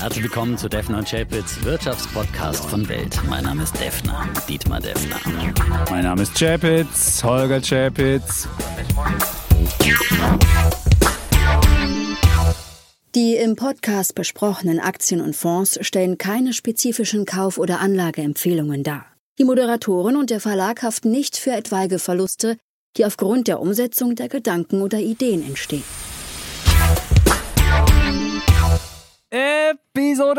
Herzlich willkommen zu Defner und Chapitz, Wirtschaftspodcast von Welt. Mein Name ist Defner, Dietmar Defner. Mein Name ist Chapitz, Holger Chapitz. Die im Podcast besprochenen Aktien und Fonds stellen keine spezifischen Kauf- oder Anlageempfehlungen dar. Die Moderatoren und der Verlag haften nicht für etwaige Verluste, die aufgrund der Umsetzung der Gedanken oder Ideen entstehen. Episode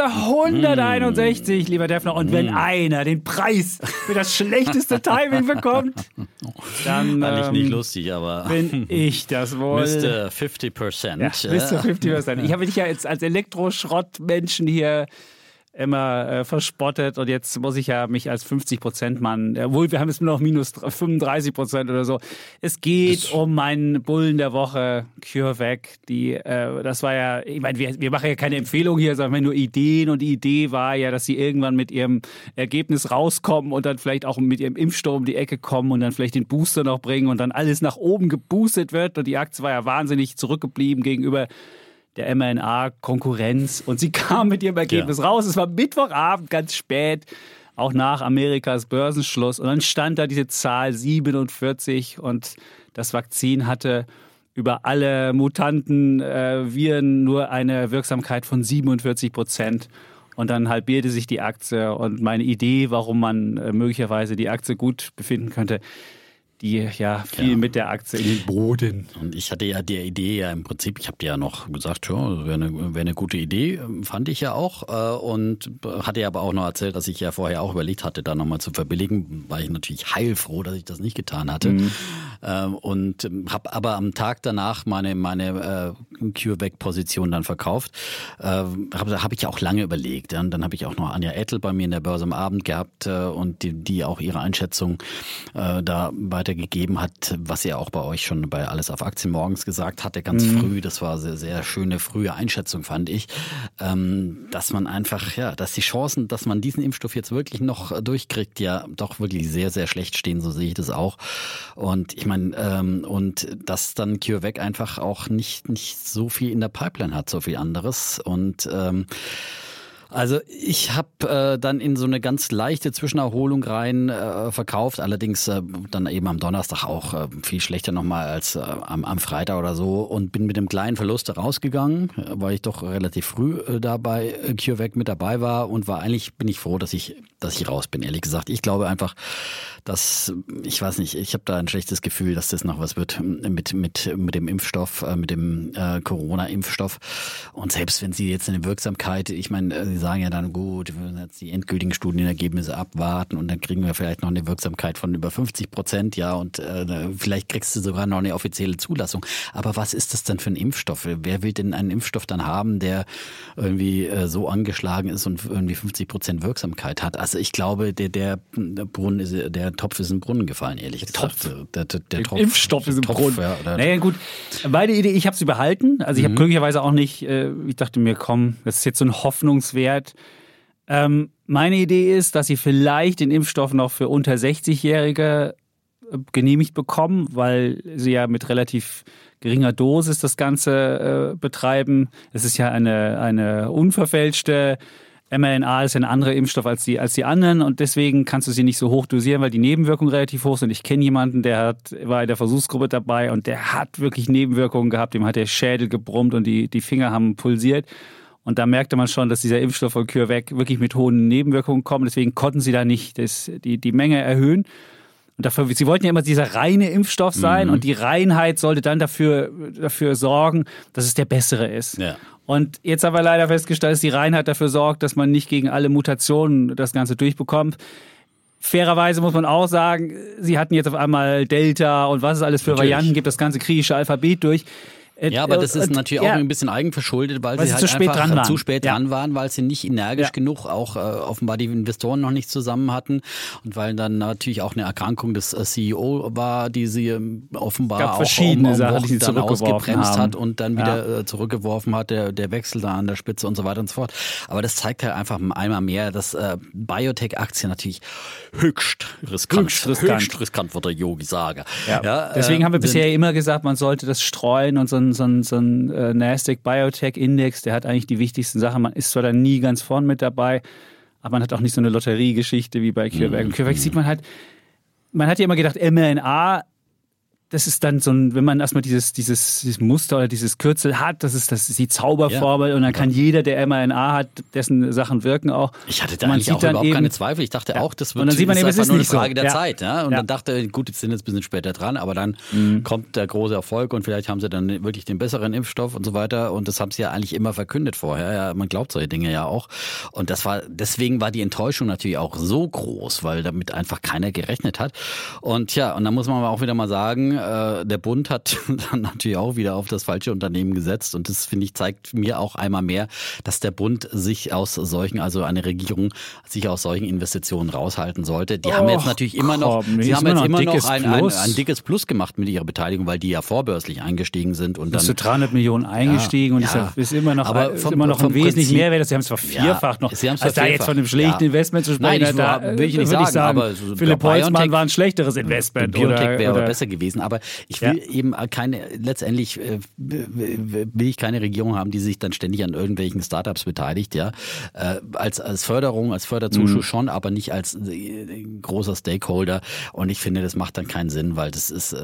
161, lieber Defner. Und wenn einer den Preis für das schlechteste Timing bekommt, dann Eigentlich nicht lustig, aber bin ich das wohl. Mr. 50%. Ja, Mr. 50%. Ich habe dich ja jetzt als Elektroschrottmenschen hier immer verspottet und jetzt muss ich ja mich als 50%-Mann, obwohl wir haben jetzt nur noch minus 35% oder so. Es geht um meinen Bullen der Woche, CureVac. Das war ja, ich meine, wir machen ja keine Empfehlung hier, sondern nur Ideen, und die Idee war ja, dass sie irgendwann mit ihrem Ergebnis rauskommen und dann vielleicht auch mit ihrem Impfstoff um die Ecke kommen und dann vielleicht den Booster noch bringen und dann alles nach oben geboostet wird, und die Aktie war ja wahnsinnig zurückgeblieben gegenüber der mRNA-Konkurrenz, und sie kam mit ihrem Ergebnis raus. Es war Mittwochabend, ganz spät, auch nach Amerikas Börsenschluss, und dann stand da diese Zahl 47, und das Vakzin hatte über alle mutanten Viren nur eine Wirksamkeit von 47%. Und dann halbierte sich die Aktie, und meine Idee, warum man möglicherweise die Aktie gut befinden könnte, die fiel mit der Aktie in den Boden. Und ich hatte ja die Idee im Prinzip, ich habe dir ja noch gesagt, wäre eine gute Idee, fand ich ja auch. Und hatte ja aber auch noch erzählt, dass ich ja vorher auch überlegt hatte, da nochmal zu verbilligen. War ich natürlich heilfroh, dass ich das nicht getan hatte. Und habe aber am Tag danach meine CureVac-Position dann verkauft. Habe ich auch lange überlegt. Dann habe ich auch noch Anja Ettel bei mir in der Börse am Abend gehabt und die auch ihre Einschätzung da weitergegeben hat, was er auch bei euch schon bei Alles auf Aktien morgens gesagt hatte, ganz früh. Das war sehr, sehr schöne frühe Einschätzung, fand ich. Dass man einfach, dass die Chancen, dass man diesen Impfstoff jetzt wirklich noch durchkriegt, ja doch wirklich sehr, sehr schlecht stehen, so sehe ich das auch. Und ich meine, und dass dann CureVac einfach auch nicht so viel in der Pipeline hat, so viel anderes. Und also ich habe dann in so eine ganz leichte Zwischenerholung rein verkauft, allerdings dann eben am Donnerstag auch viel schlechter nochmal als am Freitag oder so, und bin mit einem kleinen Verlust rausgegangen, weil ich doch relativ früh da bei CureVac mit dabei war, und bin ich froh, dass ich raus bin, ehrlich gesagt. Ich glaube einfach, ich weiß nicht, ich habe da ein schlechtes Gefühl, dass das noch was wird mit dem Impfstoff, mit dem Corona-Impfstoff. Und selbst wenn sie jetzt eine Wirksamkeit, ich meine, sie sagen ja dann, gut, wir müssen jetzt die endgültigen Studienergebnisse abwarten und dann kriegen wir vielleicht noch eine Wirksamkeit von über 50%, ja, und vielleicht kriegst du sogar noch eine offizielle Zulassung. Aber was ist das denn für ein Impfstoff? Wer will denn einen Impfstoff dann haben, der irgendwie so angeschlagen ist und irgendwie 50% Wirksamkeit hat? Also ich glaube, der Topf ist in den Brunnen gefallen, ehrlich gesagt. Der Impfstoff ist im Brunnen. Ja, naja, gut. Meine Idee, ich habe sie behalten. Also ich habe glücklicherweise auch nicht, ich dachte mir, komm, das ist jetzt so ein Hoffnungswert. Meine Idee ist, dass sie vielleicht den Impfstoff noch für unter 60-Jährige genehmigt bekommen, weil sie ja mit relativ geringer Dosis das Ganze betreiben. Es ist ja eine unverfälschte mRNA, ist ja ein anderer Impfstoff als die anderen, und deswegen kannst du sie nicht so hoch dosieren, weil die Nebenwirkungen relativ hoch sind. Ich kenne jemanden, der war in der Versuchsgruppe dabei, und der hat wirklich Nebenwirkungen gehabt. Dem hat der Schädel gebrummt und die Finger haben pulsiert. Und da merkte man schon, dass dieser Impfstoff von CureVac wirklich mit hohen Nebenwirkungen kommt. Deswegen konnten sie da nicht die Menge erhöhen. Und sie wollten ja immer dieser reine Impfstoff sein, und die Reinheit sollte dann dafür sorgen, dass es der bessere ist. Ja. Und jetzt haben wir leider festgestellt, dass die Reinheit dafür sorgt, dass man nicht gegen alle Mutationen das Ganze durchbekommt. Fairerweise muss man auch sagen, sie hatten jetzt auf einmal Delta und was es alles für Varianten gibt, das ganze griechische Alphabet durch. Ja, aber das ist natürlich auch ein bisschen eigenverschuldet, weil sie halt zu spät dran waren, weil sie nicht energisch genug, auch offenbar die Investoren noch nicht zusammen hatten, und weil dann natürlich auch eine Erkrankung des CEO war, die sie offenbar auch verschiedene Sachen, dann ausgebremst hat und dann wieder zurückgeworfen hat, der Wechsel da an der Spitze und so weiter und so fort. Aber das zeigt halt einfach einmal mehr, dass Biotech-Aktien natürlich höchst riskant, wird der Yogi sagen. Ja. Deswegen haben wir bisher immer gesagt, man sollte das streuen und so ein Nasdaq Biotech Index, der hat eigentlich die wichtigsten Sachen. Man ist zwar da nie ganz vorn mit dabei, aber man hat auch nicht so eine Lotteriegeschichte wie bei CureVac. Und CureVac sieht man halt, man hat ja immer gedacht, mRNA, das ist dann so ein, wenn man erstmal dieses Muster oder dieses Kürzel hat, das ist die Zauberformel und dann kann jeder, der mRNA hat, dessen Sachen wirken auch. Ich hatte da eigentlich auch überhaupt keine Zweifel. Ich dachte auch, das wird und dann sieht man eben, einfach es ist nur eine nicht so. Frage der Zeit. Ja? Und dann dachte ich, gut, jetzt sind jetzt ein bisschen später dran, aber dann kommt der große Erfolg und vielleicht haben sie dann wirklich den besseren Impfstoff und so weiter. Und das haben sie ja eigentlich immer verkündet vorher. Ja, man glaubt solche Dinge ja auch. Und deswegen war die Enttäuschung natürlich auch so groß, weil damit einfach keiner gerechnet hat. Und ja, und dann muss man auch wieder mal sagen, der Bund hat dann natürlich auch wieder auf das falsche Unternehmen gesetzt und das, finde ich, zeigt mir auch einmal mehr, dass der Bund sich also eine Regierung sich aus solchen Investitionen raushalten sollte. Die haben jetzt natürlich immer noch ein dickes Plus gemacht mit ihrer Beteiligung, weil die ja vorbörslich eingestiegen sind. Und dann zu 300 Millionen eingestiegen und ist immer noch ein wesentlich Mehrwert. Sie haben es vervierfacht noch. Sie haben es da jetzt von einem schlechten Investment zu sprechen, will ich nicht sagen, aber Philipp Holzmann war ein schlechteres Investment. BioNTech wäre aber besser gewesen, aber ich will eben letztendlich will ich keine Regierung haben, die sich dann ständig an irgendwelchen Startups beteiligt, ja. Als Förderung, als Förderzuschuss schon, aber nicht als großer Stakeholder. Und ich finde, das macht dann keinen Sinn, weil das ist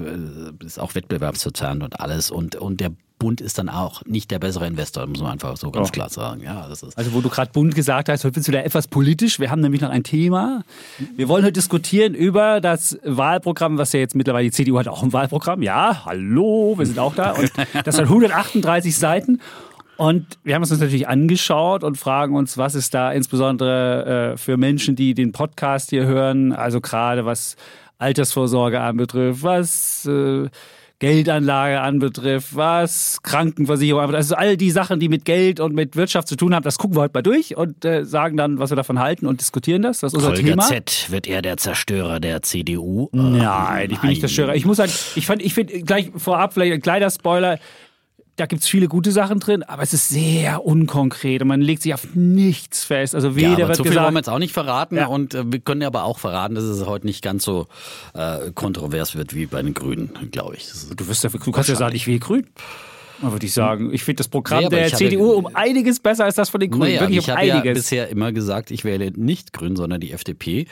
auch wettbewerbsverzerrend und alles. Und der Bund ist dann auch nicht der bessere Investor, muss man einfach so ganz klar sagen. Ja, das ist also wo du gerade Bund gesagt hast, heute bist du da etwas politisch. Wir haben nämlich noch ein Thema. Wir wollen heute diskutieren über das Wahlprogramm, was ja jetzt mittlerweile, die CDU hat auch ein Wahlprogramm. Ja, hallo, wir sind auch da. Und das hat 138 Seiten. Und wir haben es uns natürlich angeschaut und fragen uns, was ist da insbesondere für Menschen, die den Podcast hier hören, also gerade was Altersvorsorge anbetrifft, was Geldanlage anbetrifft, was Krankenversicherung anbetrifft. Also all die Sachen, die mit Geld und mit Wirtschaft zu tun haben, das gucken wir heute mal durch und sagen dann, was wir davon halten und diskutieren das. Das ist unser Thema. Z, wird er der Zerstörer der CDU? Nein, ich bin nicht der Zerstörer. Ich muss sagen, ich finde gleich vorab vielleicht ein kleiner Spoiler, da gibt es viele gute Sachen drin, aber es ist sehr unkonkret und man legt sich auf nichts fest. Also weder aber wird so viel gesagt, wollen wir jetzt auch nicht verraten und wir können aber auch verraten, dass es heute nicht ganz so kontrovers wird wie bei den Grünen, glaube ich. Du kannst ja sagen, ich will Grün. Würde ich sagen. Ich finde das Programm der CDU um einiges besser als das von den Grünen. Wirklich ich habe ja bisher immer gesagt, ich wähle nicht Grün, sondern die FDP,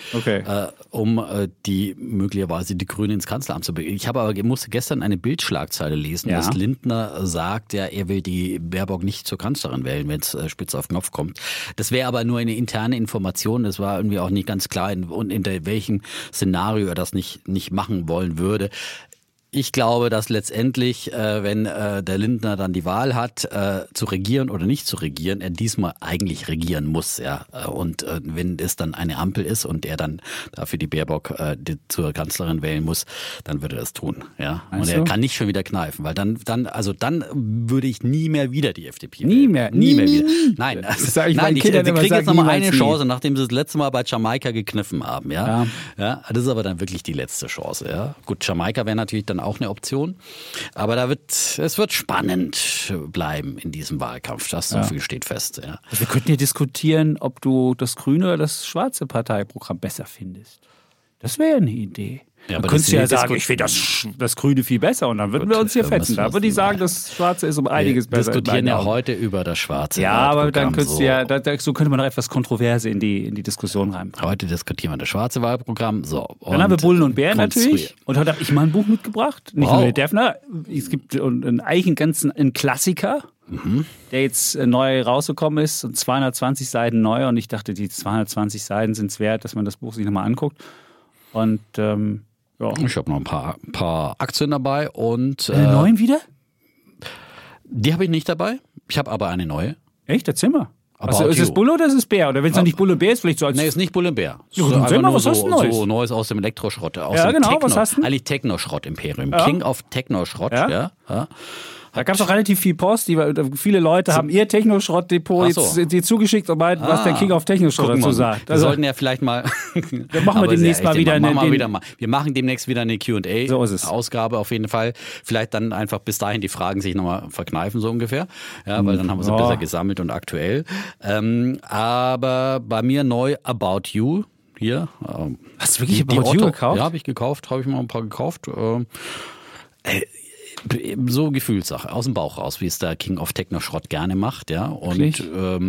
um die möglicherweise die Grünen ins Kanzleramt zu bringen. Ich musste gestern eine Bildschlagzeile lesen, dass Lindner sagt, er will die Baerbock nicht zur Kanzlerin wählen, wenn es spitz auf Knopf kommt. Das wäre aber nur eine interne Information. Das war irgendwie auch nicht ganz klar, in welchem Szenario er das nicht machen wollen würde. Ich glaube, dass letztendlich, wenn der Lindner dann die Wahl hat, zu regieren oder nicht zu regieren, er diesmal eigentlich regieren muss. Ja. Und wenn es dann eine Ampel ist und er dann dafür die Baerbock zur Kanzlerin wählen muss, dann würde er das tun. Ja. Und er kann nicht schon wieder kneifen, weil dann würde ich nie mehr wieder die FDP wählen. Nie mehr wieder. Nein, die kriegen jetzt nochmal eine Chance, nachdem sie das letzte Mal bei Jamaika gekniffen haben. Ja. Das ist aber dann wirklich die letzte Chance. Ja. Gut, Jamaika wäre natürlich dann auch eine Option. Aber es wird spannend bleiben in diesem Wahlkampf. So viel steht fest. Ja. Wir könnten ja diskutieren, ob du das grüne oder das schwarze Parteiprogramm besser findest. Das wäre eine Idee. Ja, aber du könntest ja sagen, ich finde das Grüne viel besser und dann würden wir uns hier fetzen. Da würde ich sagen, das Schwarze ist um einiges besser. Wir diskutieren ja heute über das Schwarze. Ja, aber dann könntest du so könnte man noch etwas Kontroverse in die Diskussion reinbringen. Heute diskutieren wir das schwarze Wahlprogramm. So, dann haben wir Bullen und Bären natürlich. Und heute habe ich mal ein Buch mitgebracht. Nicht nur der Defner. Es gibt einen Klassiker. Der jetzt neu rausgekommen ist und 220 Seiten neu. Und ich dachte, die 220 Seiten sind es wert, dass man das Buch sich nochmal anguckt. Und ich habe noch ein paar Aktien dabei und eine neuen wieder? Die habe ich nicht dabei. Ich habe aber eine neue. Echt? Erzähl mal. Also ist es Bulle oder ist es Bär? Oder wenn es noch nicht Bulle und Bär ist, vielleicht so als... Nee, ist nicht Bulle und Bär. Was hast du Neues? So Neues aus dem Elektroschrott. Was hast du? Eigentlich Technoschrott-Imperium. King of Technoschrott, ja. Da gab es auch relativ viel Post. Viele Leute haben ihr Technoschrott-Depot jetzt dir zugeschickt und meinten, was der King of Technoschrott dazu sagt. Wir sollten ja vielleicht mal... Dann machen wir demnächst mal wieder Wir machen demnächst wieder eine Q&A-Ausgabe auf jeden Fall. Vielleicht dann einfach bis dahin die Fragen sich nochmal verkneifen, so ungefähr. Ja, weil dann haben wir sie besser gesammelt und aktuell. Aber bei mir neu About You. Hier. Hast du wirklich About You gekauft? Ja, habe ich gekauft. Habe ich mal ein paar gekauft. So Gefühlssache, aus dem Bauch raus, wie es der King of Techno-Schrott gerne macht, ja. Und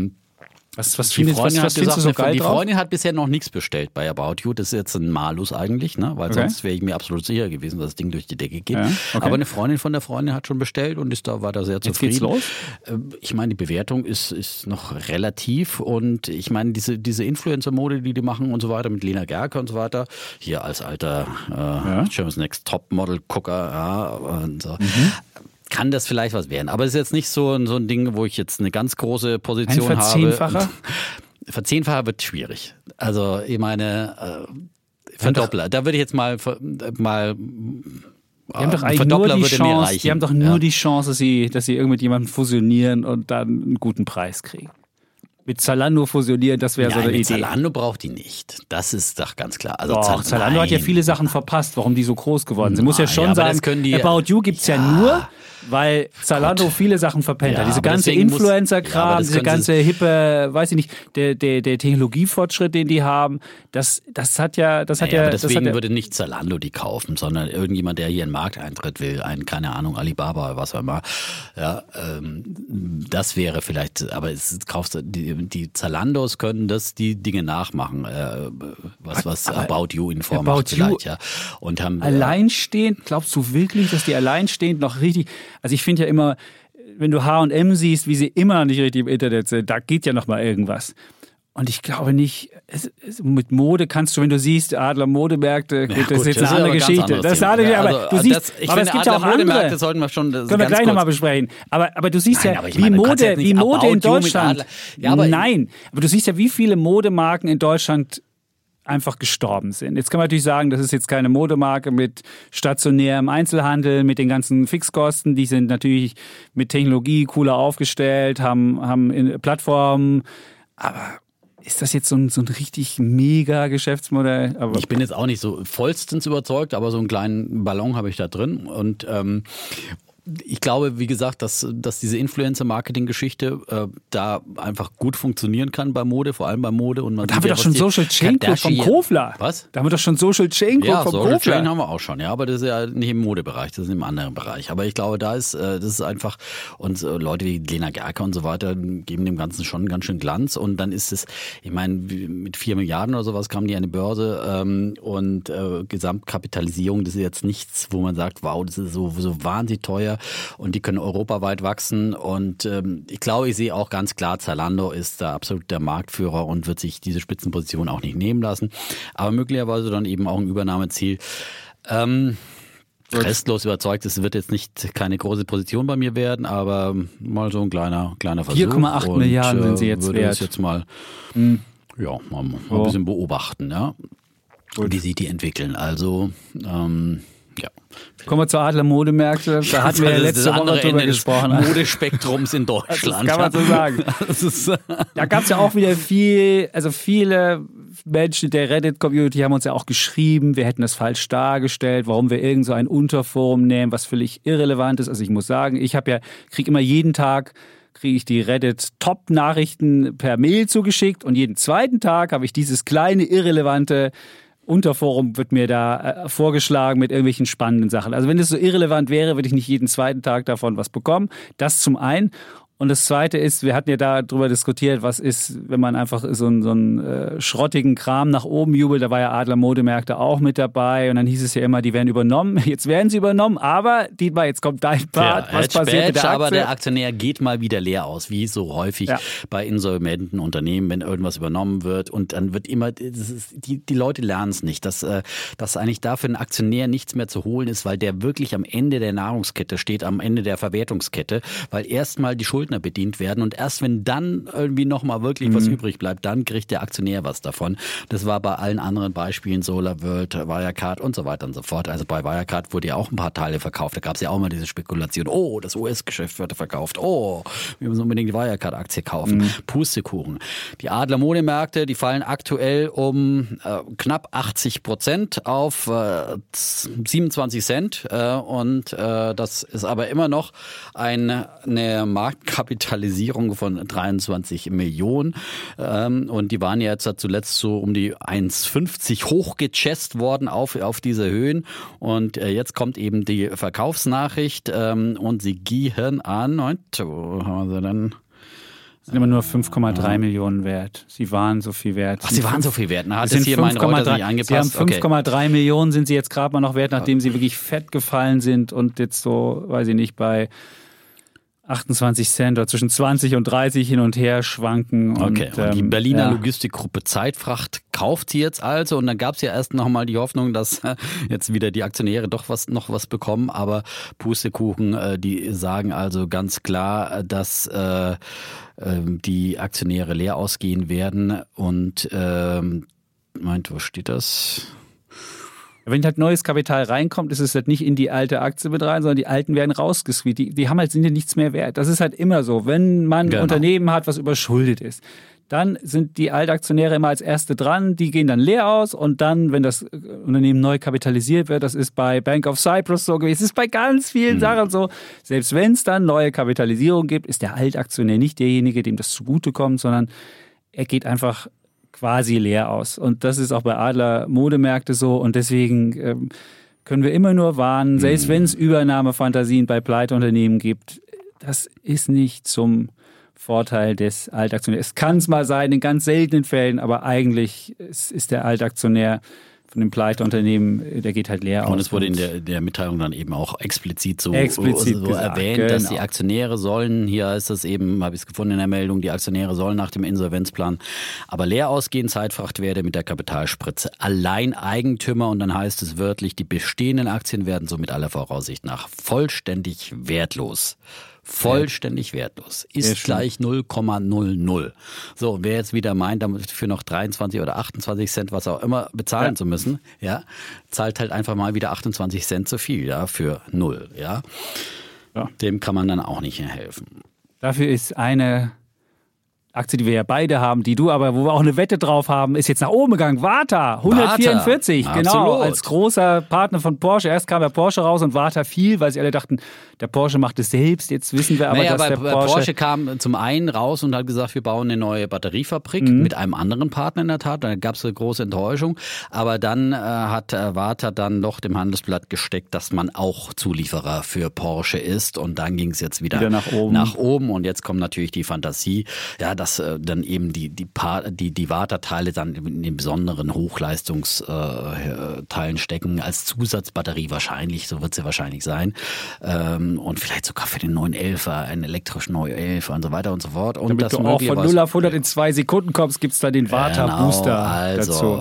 was die Freundin was findest du so geil die drauf? Freundin hat bisher noch nichts bestellt bei About You. Das ist jetzt ein Malus eigentlich, ne? Weil sonst wäre ich mir absolut sicher gewesen, dass das Ding durch die Decke geht. Ja, okay. Aber eine Freundin von der Freundin hat schon bestellt und war da sehr zufrieden. Jetzt geht's los? Ich meine, die Bewertung ist noch relativ und ich meine, diese Influencer-Mode, die machen und so weiter mit Lena Gerke und so weiter, hier als alter Germany's Next Topmodel-Gucker, ja, und so. Kann das vielleicht was werden. Aber es ist jetzt nicht so ein Ding, wo ich jetzt eine ganz große Position habe. Verzehnfacher? Verzehnfacher wird schwierig. Also ich meine, Verdoppler. Da würde ich jetzt mal Die haben doch eigentlich nur die Chance, die haben doch nur die Chance, dass sie irgendwie mit jemandem fusionieren und dann einen guten Preis kriegen. Mit Zalando fusionieren, das wäre so eine Idee. Zalando braucht die nicht. Das ist doch ganz klar. Also doch, Zalando hat ja viele Sachen verpasst, warum die so groß geworden sind. Muss ja schon sagen, About You gibt's ja nur, weil Zalando viele Sachen verpennt hat. Diese ganze Influencer-Kram, diese ganze hippe, weiß ich nicht, der Technologiefortschritt, den die haben, das hat ja... deswegen würde nicht Zalando die kaufen, sondern irgendjemand, der hier in den Markteintritt will, keine Ahnung, Alibaba oder was auch immer. Ja, das wäre vielleicht, aber die Zalandos können die Dinge nachmachen, was About You in Form macht vielleicht, ja. Und haben alleinstehend, glaubst du wirklich, dass die alleinstehend noch richtig, also ich finde ja immer, wenn du H&M siehst, wie sie immer noch nicht richtig im Internet sind, da geht ja noch mal irgendwas. Und ich glaube nicht, mit Mode kannst du, wenn du siehst, Adler Modemärkte, gut, das ist jetzt eine andere Geschichte. Das ist eine aber du siehst, aber es gibt ja auch andere. Sollten wir schon, können wir gleich nochmal besprechen. Aber du siehst wie Mode in Deutschland. Nein, aber du siehst ja, wie viele Modemarken in Deutschland einfach gestorben sind. Jetzt kann man natürlich sagen, das ist jetzt keine Modemarke mit stationärem Einzelhandel, mit den ganzen Fixkosten. Die sind natürlich mit Technologie cooler aufgestellt, haben Plattformen. Aber ist das jetzt so ein richtig mega Geschäftsmodell? Aber ich bin jetzt auch nicht so vollstens überzeugt, aber so einen kleinen Ballon habe ich da drin. Und ich glaube, wie gesagt, dass diese Influencer-Marketing-Geschichte da einfach gut funktionieren kann bei Mode, vor allem bei Mode. Und da haben wir doch schon Social Chain Club vom Kofler. Was? Da haben wir doch schon Social Chain Club vom Kofler. Ja, Social Chain haben wir auch schon, ja, aber das ist ja nicht im Modebereich, das ist im anderen Bereich. Aber ich glaube, das ist einfach, und Leute wie Lena Gerke und so weiter geben dem Ganzen schon ganz schön Glanz. Und dann ist es, ich meine, mit 4 Milliarden oder sowas kamen die an die Börse und Gesamtkapitalisierung, das ist jetzt nichts, wo man sagt, wow, das ist so wahnsinnig teuer. Und die können europaweit wachsen und ich glaube, ich sehe auch ganz klar, Zalando ist da absolut der Marktführer und wird sich diese Spitzenposition auch nicht nehmen lassen, aber möglicherweise dann eben auch ein Übernahmeziel. Restlos überzeugt, es wird jetzt keine große Position bei mir werden, aber mal so ein kleiner Versuch. 4,8 Milliarden sind sie jetzt würde wert. Es jetzt mal, mal ein bisschen beobachten, ja, wie sich die entwickeln. Also ja. Kommen wir zur Adler Modemärkte. Da hatten wir ja letzte Woche drüber gesprochen. Modespektrums in Deutschland. Das kann man so sagen. Da gab es ja auch wieder viele Menschen der Reddit-Community haben uns ja auch geschrieben, wir hätten das falsch dargestellt, warum wir irgend so ein Unterforum nehmen, was völlig irrelevant ist. Also ich muss sagen, kriege immer jeden Tag die Reddit-Top-Nachrichten per Mail zugeschickt und jeden zweiten Tag habe ich dieses kleine, irrelevante Unterforum wird mir da vorgeschlagen mit irgendwelchen spannenden Sachen. Also wenn es so irrelevant wäre, würde ich nicht jeden zweiten Tag davon was bekommen. Das zum einen. Und das Zweite ist, wir hatten ja darüber diskutiert, was ist, wenn man einfach so einen schrottigen Kram nach oben jubelt. Da war ja Adler Modemärkte auch mit dabei. Und dann hieß es ja immer, die werden übernommen. Jetzt werden sie übernommen. Aber, Dietmar, jetzt kommt dein Part. Was passiert mit der Aktie? Aber der Aktionär geht mal wieder leer aus, wie so häufig bei insolventen Unternehmen, wenn irgendwas übernommen wird. Und dann wird immer, die Leute lernen es nicht, dass eigentlich dafür ein Aktionär nichts mehr zu holen ist, weil der wirklich am Ende der Nahrungskette steht, am Ende der Verwertungskette. Weil erstmal die Schuldner bedient werden und erst wenn dann irgendwie nochmal wirklich was übrig bleibt, dann kriegt der Aktionär was davon. Das war bei allen anderen Beispielen, SolarWorld, Wirecard und so weiter und so fort. Also bei Wirecard wurde ja auch ein paar Teile verkauft. Da gab es ja auch mal diese Spekulation, das US-Geschäft wird verkauft. Wir müssen unbedingt die Wirecard-Aktie kaufen. Pustekuchen. Die Adler Modemärkte, die fallen aktuell um knapp 80% auf 27 Cent und das ist aber immer noch eine Marktkapitalisierung Marktkapitalisierung von 23 Millionen. Und die waren ja jetzt zuletzt so um die 1,50 hochgechest worden auf diese Höhen. Und jetzt kommt eben die Verkaufsnachricht und sie gehen an, und wo haben wir sie denn? Sind immer nur 5,3 Millionen wert. Sie waren so viel wert. Ach, sie waren so viel wert. Na, hat das hier mein Reuters nicht angepasst? Sie haben 5,3 Millionen sind sie jetzt gerade mal noch wert, nachdem sie wirklich fett gefallen sind und jetzt so, weiß ich nicht, bei 28 Cent oder zwischen 20 und 30 hin und her schwanken. Und die Berliner Logistikgruppe Zeitfracht kauft sie jetzt also. Und dann gab es ja erst nochmal die Hoffnung, dass jetzt wieder die Aktionäre doch noch was bekommen. Aber Pustekuchen, die sagen also ganz klar, dass die Aktionäre leer ausgehen werden. Und wo steht das? Wenn halt neues Kapital reinkommt, ist es halt nicht in die alte Aktie mit rein, sondern die alten werden rausgesqueezed. Die sind ja nichts mehr wert. Das ist halt immer so. Wenn man ein Unternehmen hat, was überschuldet ist, dann sind die Altaktionäre immer als Erste dran. Die gehen dann leer aus und dann, wenn das Unternehmen neu kapitalisiert wird, das ist bei Bank of Cyprus so gewesen, es ist bei ganz vielen Sachen so. Selbst wenn es dann neue Kapitalisierung gibt, ist der Altaktionär nicht derjenige, dem das zugutekommt, sondern er geht einfach quasi leer aus. Und das ist auch bei Adler Modemärkte so. Und deswegen können wir immer nur warnen, selbst wenn es Übernahmefantasien bei Pleiteunternehmen gibt, das ist nicht zum Vorteil des Altaktionärs. Es kann es mal sein, in ganz seltenen Fällen, aber eigentlich ist der Altaktionär von dem Pleiteunternehmen, der geht halt leer aus. Und es wurde in der Mitteilung dann eben auch explizit so gesagt, erwähnt, dass die Aktionäre sollen, hier ist es eben, habe ich es gefunden in der Meldung, die Aktionäre sollen nach dem Insolvenzplan aber leer ausgehen. Zeitfracht werde mit der Kapitalspritze Alleineigentümer und dann heißt es wörtlich, die bestehenden Aktien werden somit aller Voraussicht nach vollständig wertlos. Vollständig wertlos. Ist gleich 0,00. So, wer jetzt wieder meint, dafür noch 23 oder 28 Cent, was auch immer, bezahlen zu müssen, zahlt halt einfach mal wieder 28 Cent zu viel, für 0, Dem kann man dann auch nicht helfen. Dafür ist eine Aktie, die wir ja beide haben, die du aber, wo wir auch eine Wette drauf haben, ist jetzt nach oben gegangen. Warta, 144, Warta, genau, absolut. als großer Partner von Porsche. Erst kam der Porsche raus und Warta fiel, weil sie alle dachten, der Porsche macht es selbst. Jetzt wissen wir aber, dass der Porsche kam zum einen raus und hat gesagt, wir bauen eine neue Batteriefabrik mit einem anderen Partner in der Tat. Da gab es eine große Enttäuschung. Aber dann hat Warta dann doch dem Handelsblatt gesteckt, dass man auch Zulieferer für Porsche ist. Und dann ging es jetzt wieder nach oben. Und jetzt kommt natürlich die Fantasie, dass dann eben die Warta-Teile dann in den besonderen Hochleistungsteilen stecken, als Zusatzbatterie wahrscheinlich, so wird sie wahrscheinlich sein. Und vielleicht sogar für den 911er, einen elektrischen 911er und so weiter und so fort. Und damit das du auch von 0 auf 100 in 2 Sekunden kommst, gibt es da den Warta-Booster dazu.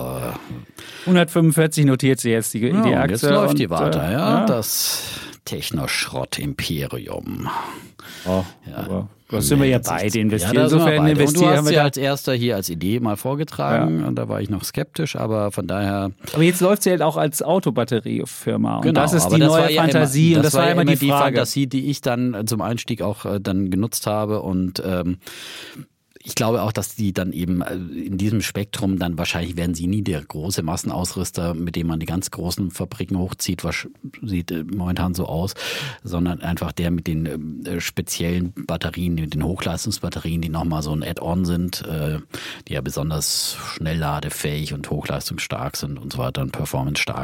145 notiert sie jetzt die Aktie. Jetzt läuft die Warta, das Technoschrott-Imperium. Aber das sind wir ja beide investiert. Insofern investieren. Und du hast sie als erster hier als Idee mal vorgetragen und da war ich noch skeptisch, aber von daher... Aber jetzt läuft sie halt auch als Autobatteriefirma und das ist die neue Fantasie und das war immer die Frage. Die Fantasie, die ich dann zum Einstieg auch dann genutzt habe und ich glaube auch, dass die dann eben in diesem Spektrum dann wahrscheinlich werden sie nie der große Massenausrüster, mit dem man die ganz großen Fabriken hochzieht, was sieht momentan so aus, sondern einfach der mit den speziellen Batterien, mit den Hochleistungsbatterien, die nochmal so ein Add-on sind, die ja besonders schnellladefähig und hochleistungsstark sind und so weiter und performance-stark.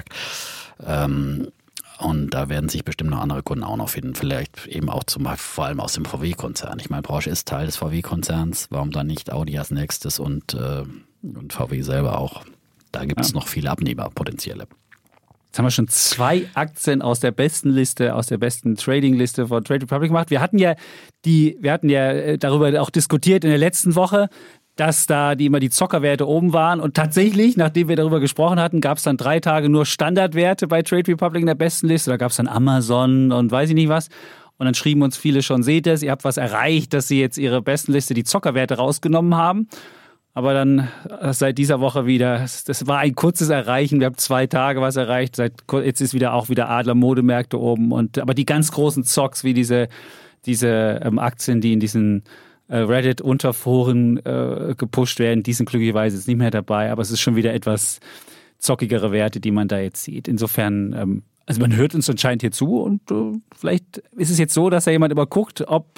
Und da werden sich bestimmt noch andere Kunden auch noch finden, vielleicht eben auch vor allem aus dem VW-Konzern. Ich meine, Porsche ist Teil des VW-Konzerns, warum dann nicht Audi als nächstes und VW selber auch. Da gibt es noch viele Abnehmer, potenzielle. Jetzt haben wir schon 2 Aktien aus der besten Liste, aus der besten Trading-Liste von Trade Republic gemacht. Wir hatten ja darüber auch diskutiert in der letzten Woche, dass da immer die Zockerwerte oben waren. Und tatsächlich, nachdem wir darüber gesprochen hatten, gab es dann 3 Tage nur Standardwerte bei Trade Republic in der besten Liste. Da gab es dann Amazon und weiß ich nicht was. Und dann schrieben uns viele schon, seht es, ihr habt was erreicht, dass sie jetzt ihre besten Liste die Zockerwerte rausgenommen haben. Aber dann seit dieser Woche wieder, das war ein kurzes Erreichen, wir haben 2 Tage was erreicht. Jetzt ist auch wieder Adler Modemärkte oben. Aber die ganz großen Zocks, wie diese Aktien, die in diesen Reddit-Unterforen gepusht werden, die sind glücklicherweise jetzt nicht mehr dabei, aber es ist schon wieder etwas zockigere Werte, die man da jetzt sieht. Insofern, also man hört uns anscheinend hier zu und vielleicht ist es jetzt so, dass da jemand immer guckt, ob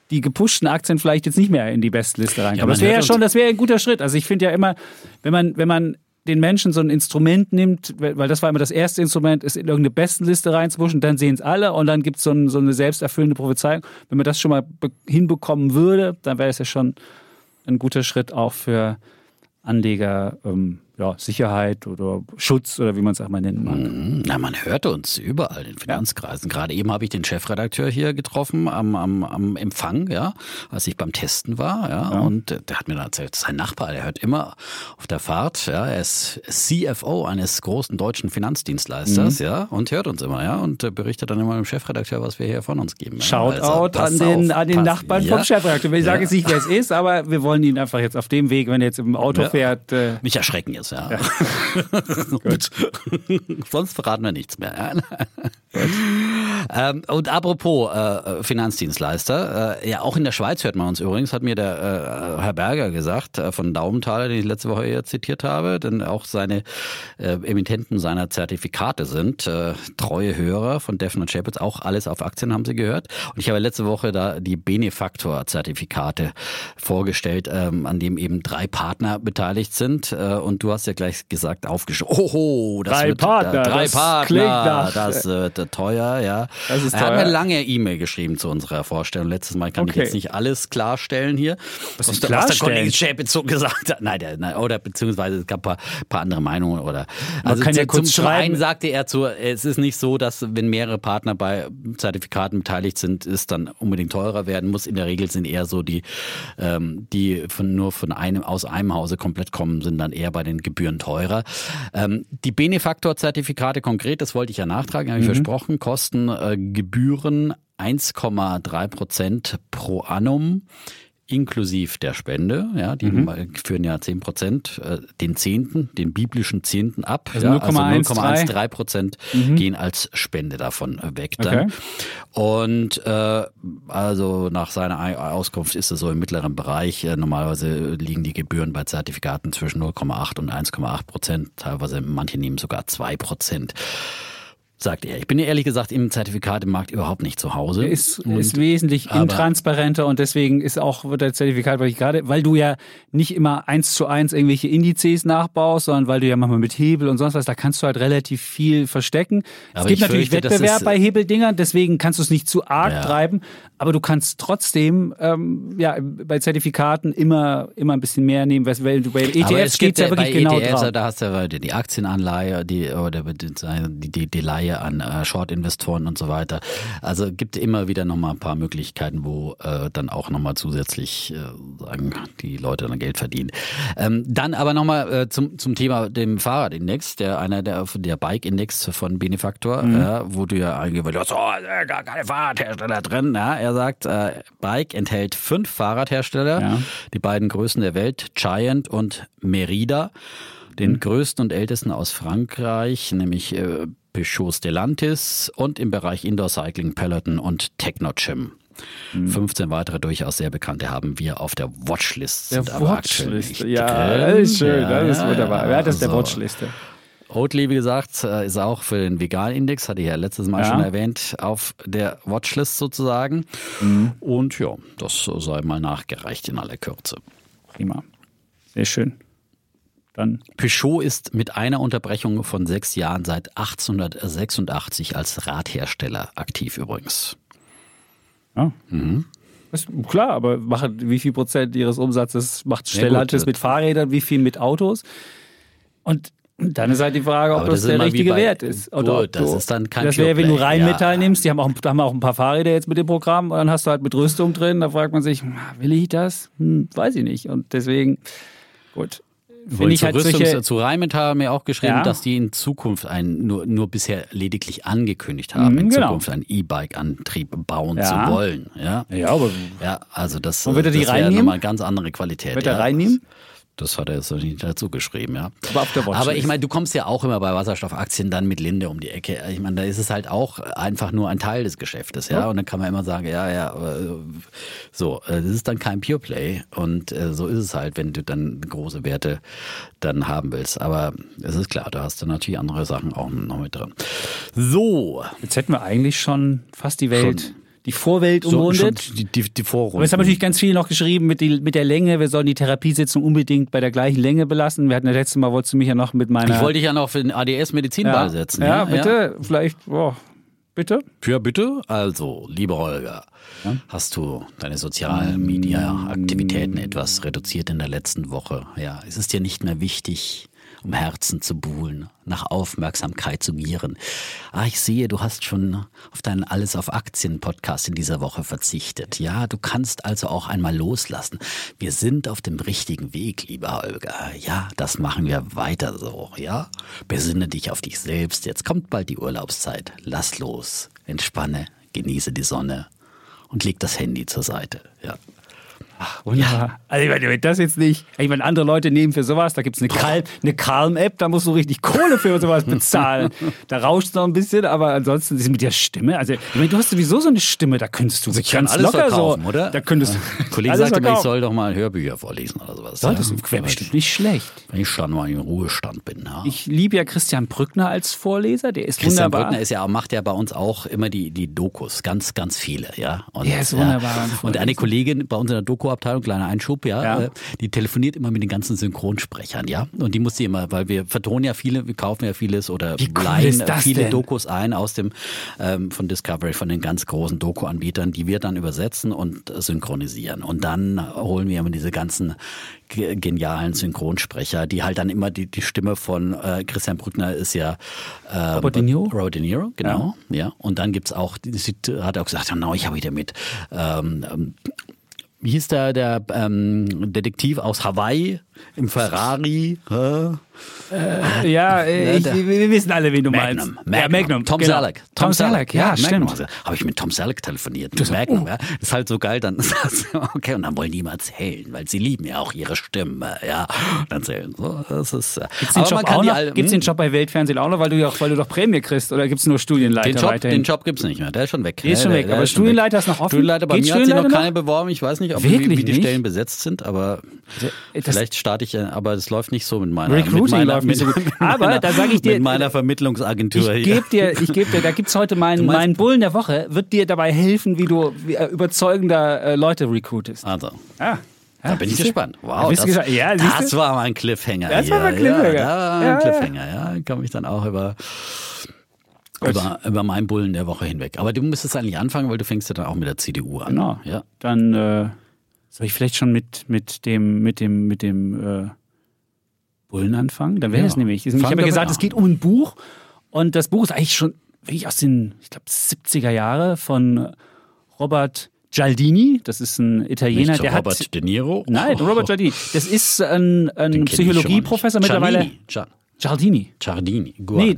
die gepushten Aktien vielleicht jetzt nicht mehr in die Bestliste reinkommen. Ja, Aber das wäre ein guter Schritt. Also ich finde ja immer, wenn man den Menschen so ein Instrument nimmt, weil das war immer das erste Instrument, ist in irgendeine Bestenliste reinzupuschen, dann sehen es alle und dann gibt es so eine selbsterfüllende Prophezeiung. Wenn man das schon mal hinbekommen würde, dann wäre es ja schon ein guter Schritt auch für Anleger, Sicherheit oder Schutz oder wie man es auch mal nennen mag. Na, man hört uns überall in Finanzkreisen. Gerade eben habe ich den Chefredakteur hier getroffen am Empfang, ja, als ich beim Testen war, ja. Und der hat mir dann erzählt, sein Nachbar, der hört immer auf der Fahrt, ja, er ist CFO eines großen deutschen Finanzdienstleisters, ja, und hört uns immer, ja, und berichtet dann immer dem Chefredakteur, was wir hier von uns geben. Shoutout an den Nachbarn vom Chefredakteur. Ich sage jetzt nicht, wer es ist, aber wir wollen ihn einfach jetzt auf dem Weg, wenn er jetzt im Auto fährt. Nicht erschrecken jetzt. Ja. Gut. Sonst verraten wir nichts mehr. Und apropos Finanzdienstleister, auch in der Schweiz hört man uns übrigens, hat mir der Herr Berger gesagt, von Daumentaler, den ich letzte Woche hier zitiert habe, denn auch seine Emittenten seiner Zertifikate sind treue Hörer von Defner Chapitz, auch alles auf Aktien haben sie gehört. Und ich habe letzte Woche da die Benefaktor-Zertifikate vorgestellt, an dem eben 3 Partner beteiligt sind. Und du hast ja gleich gesagt, drei Partner, das wird teuer, ja. Das ist teuer. Er hat eine lange E-Mail geschrieben zu unserer Vorstellung. Letztes Mal kann ich jetzt nicht alles klarstellen hier, was der Kollege Chapitz so gesagt hat. Nein, oder beziehungsweise es gab ein paar andere Meinungen. Man kann ja kurz zum einen sagte er es ist nicht so, dass wenn mehrere Partner bei Zertifikaten beteiligt sind, es dann unbedingt teurer werden muss. In der Regel sind eher so die aus einem Hause komplett kommen, sind dann eher bei den Gebühren teurer. Die Benefaktor-Zertifikate konkret, das wollte ich ja nachtragen, habe ich versprochen, kosten Gebühren 1,3% pro annum inklusiv der Spende. Ja, die führen ja 10%, den biblischen Zehnten ab. Also 0,13% gehen als Spende davon weg dann. Okay. Und also nach seiner Auskunft ist es so im mittleren Bereich. Normalerweise liegen die Gebühren bei Zertifikaten zwischen 0,8 und 1,8%. Teilweise manche nehmen sogar 2%. Sagt er. Ich bin ja ehrlich gesagt im Zertifikatemarkt überhaupt nicht zu Hause. Ist wesentlich intransparenter und deswegen ist auch der Zertifikat, weil du ja nicht immer 1:1 irgendwelche Indizes nachbaust, sondern weil du ja manchmal mit Hebel und sonst was, da kannst du halt relativ viel verstecken. Es gibt natürlich Wettbewerb bei Hebeldingern, deswegen kannst du es nicht zu arg treiben, aber du kannst trotzdem bei Zertifikaten immer ein bisschen mehr nehmen, weil du bei ETFs geht ja wirklich genau drauf. Da hast du die Aktienanleihe, die Leihe an Short-Investoren und so weiter. Also gibt immer wieder nochmal ein paar Möglichkeiten, wo dann auch nochmal zusätzlich die Leute dann Geld verdienen. Dann aber nochmal zum Thema dem Fahrradindex, der Bike-Index von Benefaktor, wo du ja angehört hast, gar keine Fahrradhersteller drin. Ja, er sagt, Bike enthält 5 Fahrradhersteller, die beiden größten der Welt, Giant und Merida. Den größten und ältesten aus Frankreich, nämlich Peugeot Stellantis und im Bereich Indoor Cycling Peloton und Technogym. 15 weitere durchaus sehr bekannte haben wir auf der Watchlist. Das ist schön, das ist wunderbar. Ja, das ist der Watchliste. Oatly, wie gesagt, ist auch für den Vegan-Index, hatte ich ja letztes Mal schon erwähnt, auf der Watchlist sozusagen. Und ja, das sei mal nachgereicht in aller Kürze. Prima. Sehr schön. Dann. Peugeot ist mit einer Unterbrechung von 6 Jahren seit 1886 als Radhersteller aktiv übrigens. Ja. Ist klar, aber wie viel Prozent ihres Umsatzes macht Stellantis mit Fahrrädern, wie viel mit Autos? Und dann ist halt die Frage, ob das der richtige Wert ist. Oder das ist dann kein Das wäre, wenn du Rheinmetall nimmst, die haben auch ein paar Fahrräder jetzt mit dem Programm und dann hast du halt mit Rüstung drin, da fragt man sich, will ich das? Weiß ich nicht. Und deswegen, gut. Zu Rheinmetall haben wir auch geschrieben, dass die in Zukunft nur bisher lediglich angekündigt haben, in Zukunft einen E-Bike-Antrieb bauen zu wollen. Ja, aber also das wäre nochmal eine ganz andere Qualität. Wird er reinnehmen? Das hat er jetzt nicht dazu geschrieben, ja. Aber auf der Watchlist. Aber ich meine, du kommst ja auch immer bei Wasserstoffaktien dann mit Linde um die Ecke. Ich meine, da ist es halt auch einfach nur ein Teil des Geschäftes, ja. Und dann kann man immer sagen, das ist dann kein Pure Play. Und so ist es halt, wenn du dann große Werte dann haben willst. Aber es ist klar, da hast du natürlich andere Sachen auch noch mit drin. So. Jetzt hätten wir eigentlich schon fast die Welt die Vorwelt umrundet. Schon die Vorrunde. Aber es haben natürlich ganz viele noch geschrieben mit der Länge, wir sollen die Therapiesitzung unbedingt bei der gleichen Länge belassen. Wir hatten das letzte Mal, wolltest du mich ja noch mit meiner... Ich wollte dich ja noch für den ADS Medizinball setzen. Ja, bitte, vielleicht, bitte. Ja, bitte. Also, lieber Holger, hast du deine Social-Media-Aktivitäten etwas reduziert in der letzten Woche? Ja, es ist dir nicht mehr wichtig, um Herzen zu buhlen, nach Aufmerksamkeit zu gieren. Ich sehe, du hast schon auf deinen Alles auf Aktien-Podcast in dieser Woche verzichtet. Ja, du kannst also auch einmal loslassen. Wir sind auf dem richtigen Weg, lieber Holger. Ja, das machen wir weiter so, ja? Besinne dich auf dich selbst. Jetzt kommt bald die Urlaubszeit. Lass los, entspanne, genieße die Sonne und leg das Handy zur Seite, ja. Ach, wunderbar. Ja. Also ich meine, das jetzt nicht. Ich meine, andere Leute nehmen für sowas, da gibt es eine Calm-App, da musst du richtig Kohle für sowas bezahlen. Da rauscht es noch ein bisschen, aber ansonsten mit der Stimme, also ich meine, du hast sowieso so eine Stimme, da könntest du ganz alles locker verkaufen, so, oder? Da könntest du ein Kollege sagte mir, ich soll doch mal Hörbücher vorlesen oder sowas. Das wäre bestimmt nicht schlecht. Wenn ich schon mal im Ruhestand bin. Ja. Ich liebe ja Christian Brückner als Vorleser, der ist Christian wunderbar. Brückner macht ja bei uns auch immer die Dokus, ganz, ganz viele. Ja. Und, der ist wunderbar. Und eine Kollegin bei uns in der Doku-Abteilung, kleiner Einschub, die telefoniert immer mit den ganzen Synchronsprechern, ja. Und die muss sie immer, weil wir vertonen ja viele, wir kaufen ja vieles oder leihen viele Dokus ein aus dem von Discovery, von den ganz großen Doku-Anbietern, die wir dann übersetzen und synchronisieren. Und dann holen wir immer diese ganzen genialen Synchronsprecher, die halt dann immer die Stimme von Christian Brückner ist ja Robert De Niro. Robert De Niro, genau. Ja. Und dann gibt's auch, hat er auch gesagt, ich habe wieder mit wie hieß der Detektiv aus Hawaii im Ferrari? Wir wissen alle, wen du meinst. Magnum. Tom Selleck. Tom Selleck, ja, stimmt. Habe ich mit Tom Selleck telefoniert. Mit Magnum, ja. Ist halt so geil. Dann okay, und dann wollen die immer erzählen, weil sie lieben ja auch ihre Stimme, ja. Dann erzählen. So, das ist. Gibt's den Job bei Weltfernsehen auch noch, weil du doch Prämie kriegst, oder gibt's nur Studienleiter weiterhin? Den Job gibt's nicht mehr. Der ist schon weg. Der ist schon weg. Aber Studienleiter ist noch offen. Studienleiter bei mir hat sich noch keine beworben. Ich weiß nicht, wie die Stellen besetzt sind, aber vielleicht starte ich, aber das läuft nicht so mit meiner Recruiting läuft nicht so gut. Aber da sage ich dir, mit meiner Vermittlungsagentur ich gebe dir, da gibt's heute meinen Bullen der Woche, wird dir dabei helfen, wie du überzeugender Leute recruitest. Also. Da bin ich gespannt. Wow, das war mal ein Cliffhanger. Das war mal ein Cliffhanger. Ja, komme ich dann auch über meinen Bullen der Woche hinweg. Aber du müsstest eigentlich anfangen, weil du fängst ja dann auch mit der CDU an. Genau. Ja. Dann soll ich vielleicht schon mit dem Bullen anfangen? Dann wäre es nämlich. Ich habe ja gesagt, es geht um ein Buch. Und das Buch ist eigentlich schon wirklich aus den, ich glaube, 70er Jahre von Robert Cialdini. Das ist ein Italiener. Nicht Robert De Niro? Nein, Robert Cialdini. Das ist ein Psychologieprofessor mittlerweile. Cialdini. Nee,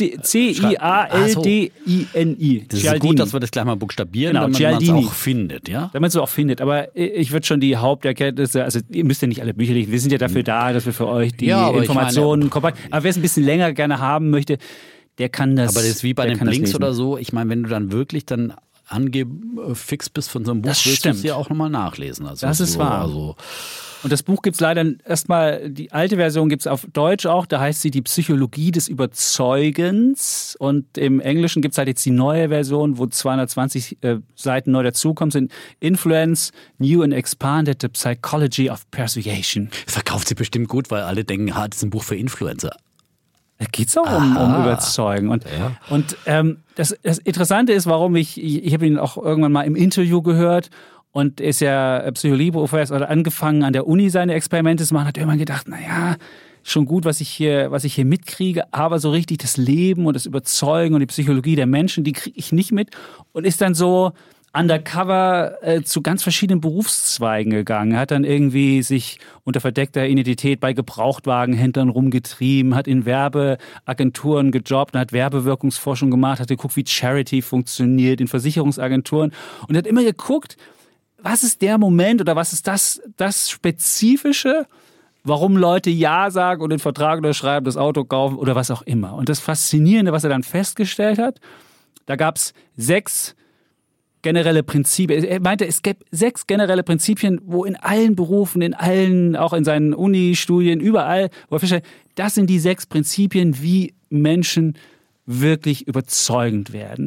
C-I-A-L-D-I-N-I. Das ist gut, dass wir das gleich mal buchstabieren, damit man es auch findet, ja? Damit man es auch findet. Aber ich würde schon die Haupterkenntnisse, also ihr müsst ja nicht alle Bücher lesen, wir sind ja dafür da, dass wir für euch die Informationen kompakt. Aber wer es ein bisschen länger gerne haben möchte, der kann das. Aber das ist wie bei den Blinks oder so. Ich meine, wenn du dann wirklich dann fix bist von so einem Buch, willst du es ja auch nochmal nachlesen. Also das ist wahr. Und das Buch gibt es leider erstmal, die alte Version gibt es auf Deutsch auch, da heißt sie Die Psychologie des Überzeugens. Und im Englischen gibt es halt jetzt die neue Version, wo 220 Seiten neu dazukommen, sind Influence, New and Expanded, The Psychology of Persuasion. Verkauft sie bestimmt gut, weil alle denken, das ist ein Buch für Influencer. Da geht es auch um Überzeugen. Und das Interessante ist, warum ich habe ihn auch irgendwann mal im Interview gehört und ist ja Psychologieprofessor, hat angefangen an der Uni seine Experimente zu machen, hat irgendwann gedacht, schon gut, was ich hier mitkriege, aber so richtig das Leben und das Überzeugen und die Psychologie der Menschen, die kriege ich nicht mit und ist dann so undercover zu ganz verschiedenen Berufszweigen gegangen, hat dann irgendwie sich unter verdeckter Identität bei Gebrauchtwagenhändlern rumgetrieben, hat in Werbeagenturen gejobbt und hat Werbewirkungsforschung gemacht, hat geguckt, wie Charity funktioniert in Versicherungsagenturen und hat immer geguckt, was ist der Moment oder was ist das Spezifische, warum Leute Ja sagen und den Vertrag unterschreiben, das Auto kaufen oder was auch immer. Und das Faszinierende, was er dann festgestellt hat, da gab es 6 generelle Prinzipien. Er meinte, es gäbe 6 generelle Prinzipien, wo in allen Berufen, auch in seinen Uni-Studien, überall, wo er feststellt, das sind die 6 Prinzipien, wie Menschen wirklich überzeugend werden.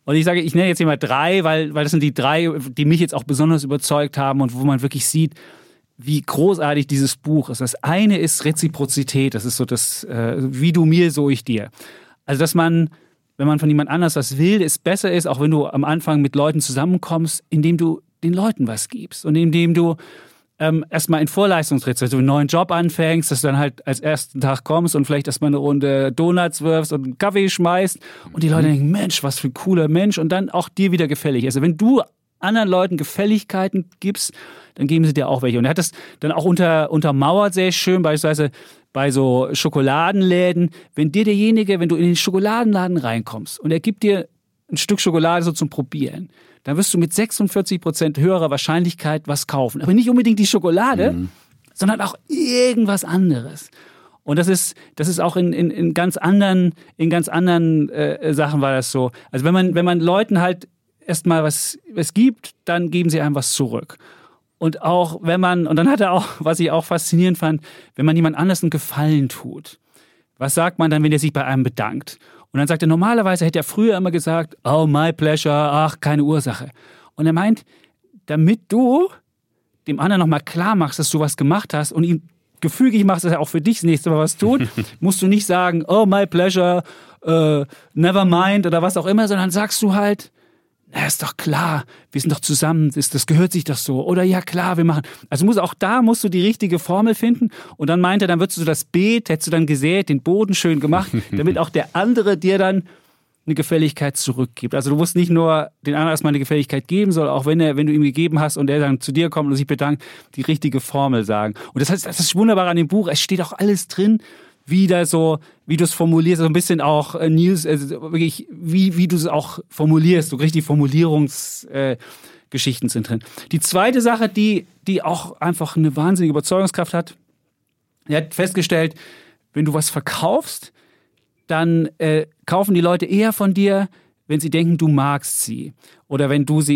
Und ich nenne jetzt hier mal 3, weil das sind die 3, die mich jetzt auch besonders überzeugt haben und wo man wirklich sieht, wie großartig dieses Buch ist. Das eine ist Reziprozität. Das ist so das, wie du mir, so ich dir. Also, dass man, wenn man von jemand anders was will, es besser ist, auch wenn du am Anfang mit Leuten zusammenkommst, indem du den Leuten was gibst und indem du erstmal in Vorleistung trittst, wenn du einen neuen Job anfängst, dass du dann halt als ersten Tag kommst und vielleicht erstmal eine Runde Donuts wirfst und einen Kaffee schmeißt und die Leute denken, Mensch, was für ein cooler Mensch, und dann auch dir wieder gefällig ist. Also wenn du anderen Leuten Gefälligkeiten gibst, dann geben sie dir auch welche. Und er hat das dann auch untermauert sehr schön, beispielsweise bei so Schokoladenläden, wenn du in den Schokoladenladen reinkommst und er gibt dir ein Stück Schokolade so zum Probieren, dann wirst du mit 46% höherer Wahrscheinlichkeit was kaufen. Aber nicht unbedingt die Schokolade, sondern auch irgendwas anderes. Und das ist auch in ganz anderen Sachen war das so. Also wenn man Leuten halt erstmal was gibt, dann geben sie einem was zurück. Und auch und dann hat er auch, was ich auch faszinierend fand, wenn man jemand anders einen Gefallen tut. Was sagt man dann, wenn er sich bei einem bedankt? Und dann sagt er, normalerweise hätte er früher immer gesagt, oh, my pleasure, ach, keine Ursache. Und er meint, damit du dem anderen nochmal klar machst, dass du was gemacht hast und ihm gefügig machst, dass er auch für dich das nächste Mal was tut, musst du nicht sagen, oh, my pleasure, never mind oder was auch immer, sondern sagst du halt, na, ist doch klar, wir sind doch zusammen, das gehört sich doch so. Oder ja klar, wir machen. Also musst du die richtige Formel finden. Und dann meint er, dann würdest du das Beet, hättest du dann gesät, den Boden schön gemacht, damit auch der andere dir dann eine Gefälligkeit zurückgibt. Also du musst nicht nur den anderen erstmal eine Gefälligkeit geben, sondern auch wenn du ihm gegeben hast und er dann zu dir kommt und sich bedankt, die richtige Formel sagen. Und das ist wunderbar an dem Buch, es steht auch alles drin, wie du es formulierst, so ein bisschen auch News, also wirklich, wie du es auch formulierst, so richtig Formulierungsgeschichten sind drin. Die zweite Sache, die auch einfach eine wahnsinnige Überzeugungskraft hat, er hat festgestellt, wenn du was verkaufst, dann kaufen die Leute eher von dir, wenn sie denken, du magst sie. Oder wenn du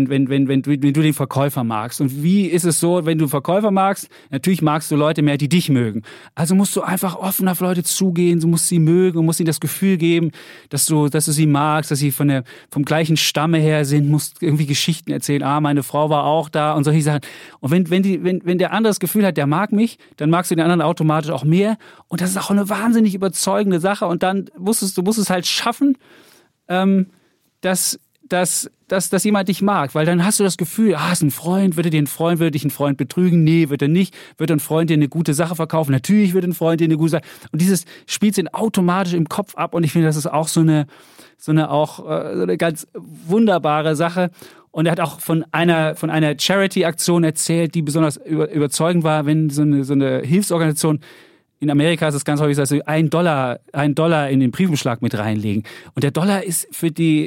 den Verkäufer magst. Und wie ist es so, wenn du Verkäufer magst? Natürlich magst du Leute mehr, die dich mögen. Also musst du einfach offen auf Leute zugehen, du musst sie mögen und musst ihnen das Gefühl geben, dass du sie magst, dass sie vom gleichen Stamme her sind, musst irgendwie Geschichten erzählen. Meine Frau war auch da und solche Sachen. Und wenn der andere das Gefühl hat, der mag mich, dann magst du den anderen automatisch auch mehr. Und das ist auch eine wahnsinnig überzeugende Sache. Und dann musst es halt schaffen, dass jemand dich mag, weil dann hast du das Gefühl, ist ein Freund, würde dich ein Freund betrügen? Nee, wird er nicht. Wird ein Freund dir eine gute Sache verkaufen? Natürlich wird ein Freund dir eine gute Sache. Und dieses spielt sich automatisch im Kopf ab und ich finde, das ist auch so eine ganz wunderbare Sache. Und er hat auch von einer Charity-Aktion erzählt, die besonders überzeugend war, wenn so eine Hilfsorganisation. In Amerika ist es ganz häufig, dass sie $1 in den Briefumschlag mit reinlegen. Und der Dollar ist zu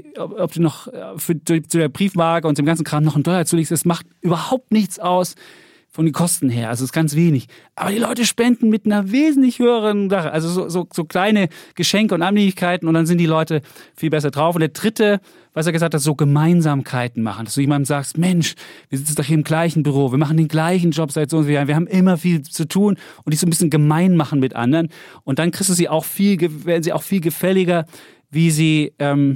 der Briefmarke und dem ganzen Kram noch $1 zulegst, das macht überhaupt nichts aus von den Kosten her. Also es ist ganz wenig. Aber die Leute spenden mit einer wesentlich höheren Sache. Also so kleine Geschenke und Annehmlichkeiten und dann sind die Leute viel besser drauf. Und der dritte, was er gesagt hat, so Gemeinsamkeiten machen. Dass du jemandem sagst, Mensch, wir sitzen doch hier im gleichen Büro, wir machen den gleichen Job seit so und so Jahren, wir haben immer viel zu tun und dich so ein bisschen gemein machen mit anderen. Und dann werden sie auch viel gefälliger, dass sie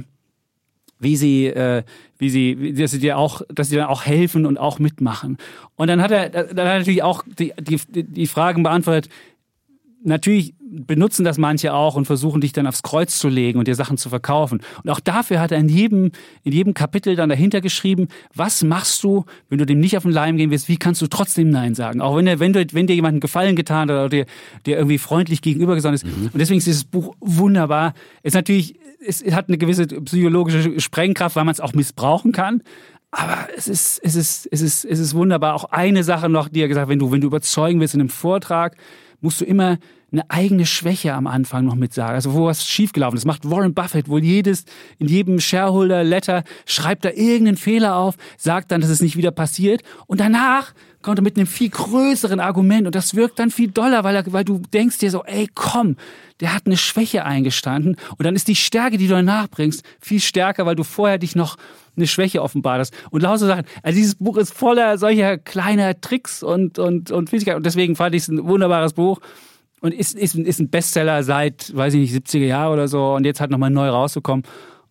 dir auch helfen und auch mitmachen. Und dann hat er natürlich auch die Fragen beantwortet. Natürlich benutzen das manche auch und versuchen dich dann aufs Kreuz zu legen und dir Sachen zu verkaufen. Und auch dafür hat er in jedem Kapitel dann dahinter geschrieben, was machst du, wenn du dem nicht auf den Leim gehen willst, wie kannst du trotzdem Nein sagen? Auch wenn dir jemand einen Gefallen getan hat oder dir irgendwie freundlich gegenübergesonnen ist. Und deswegen ist dieses Buch wunderbar. Es hat eine gewisse psychologische Sprengkraft, weil man es auch missbrauchen kann. Aber es ist wunderbar. Auch eine Sache noch, die er gesagt hat, wenn du überzeugen willst in einem Vortrag, musst du immer eine eigene Schwäche am Anfang noch mit sagen. Also wo was schiefgelaufen ist. Das macht Warren Buffett wohl in jedem Shareholder-Letter schreibt er irgendeinen Fehler auf, sagt dann, dass es nicht wieder passiert und danach kommt er mit einem viel größeren Argument und das wirkt dann viel doller, weil du denkst dir so, ey komm, der hat eine Schwäche eingestanden und dann ist die Stärke, die du danach bringst, viel stärker, weil du vorher dich noch eine Schwäche offenbart hast. Und lauter Sachen. Also dieses Buch ist voller solcher kleiner Tricks und Fähigkeiten und deswegen fand ich es ein wunderbares Buch. Und ist ein Bestseller seit, weiß ich nicht, 70er Jahre oder so und jetzt halt nochmal neu rausgekommen.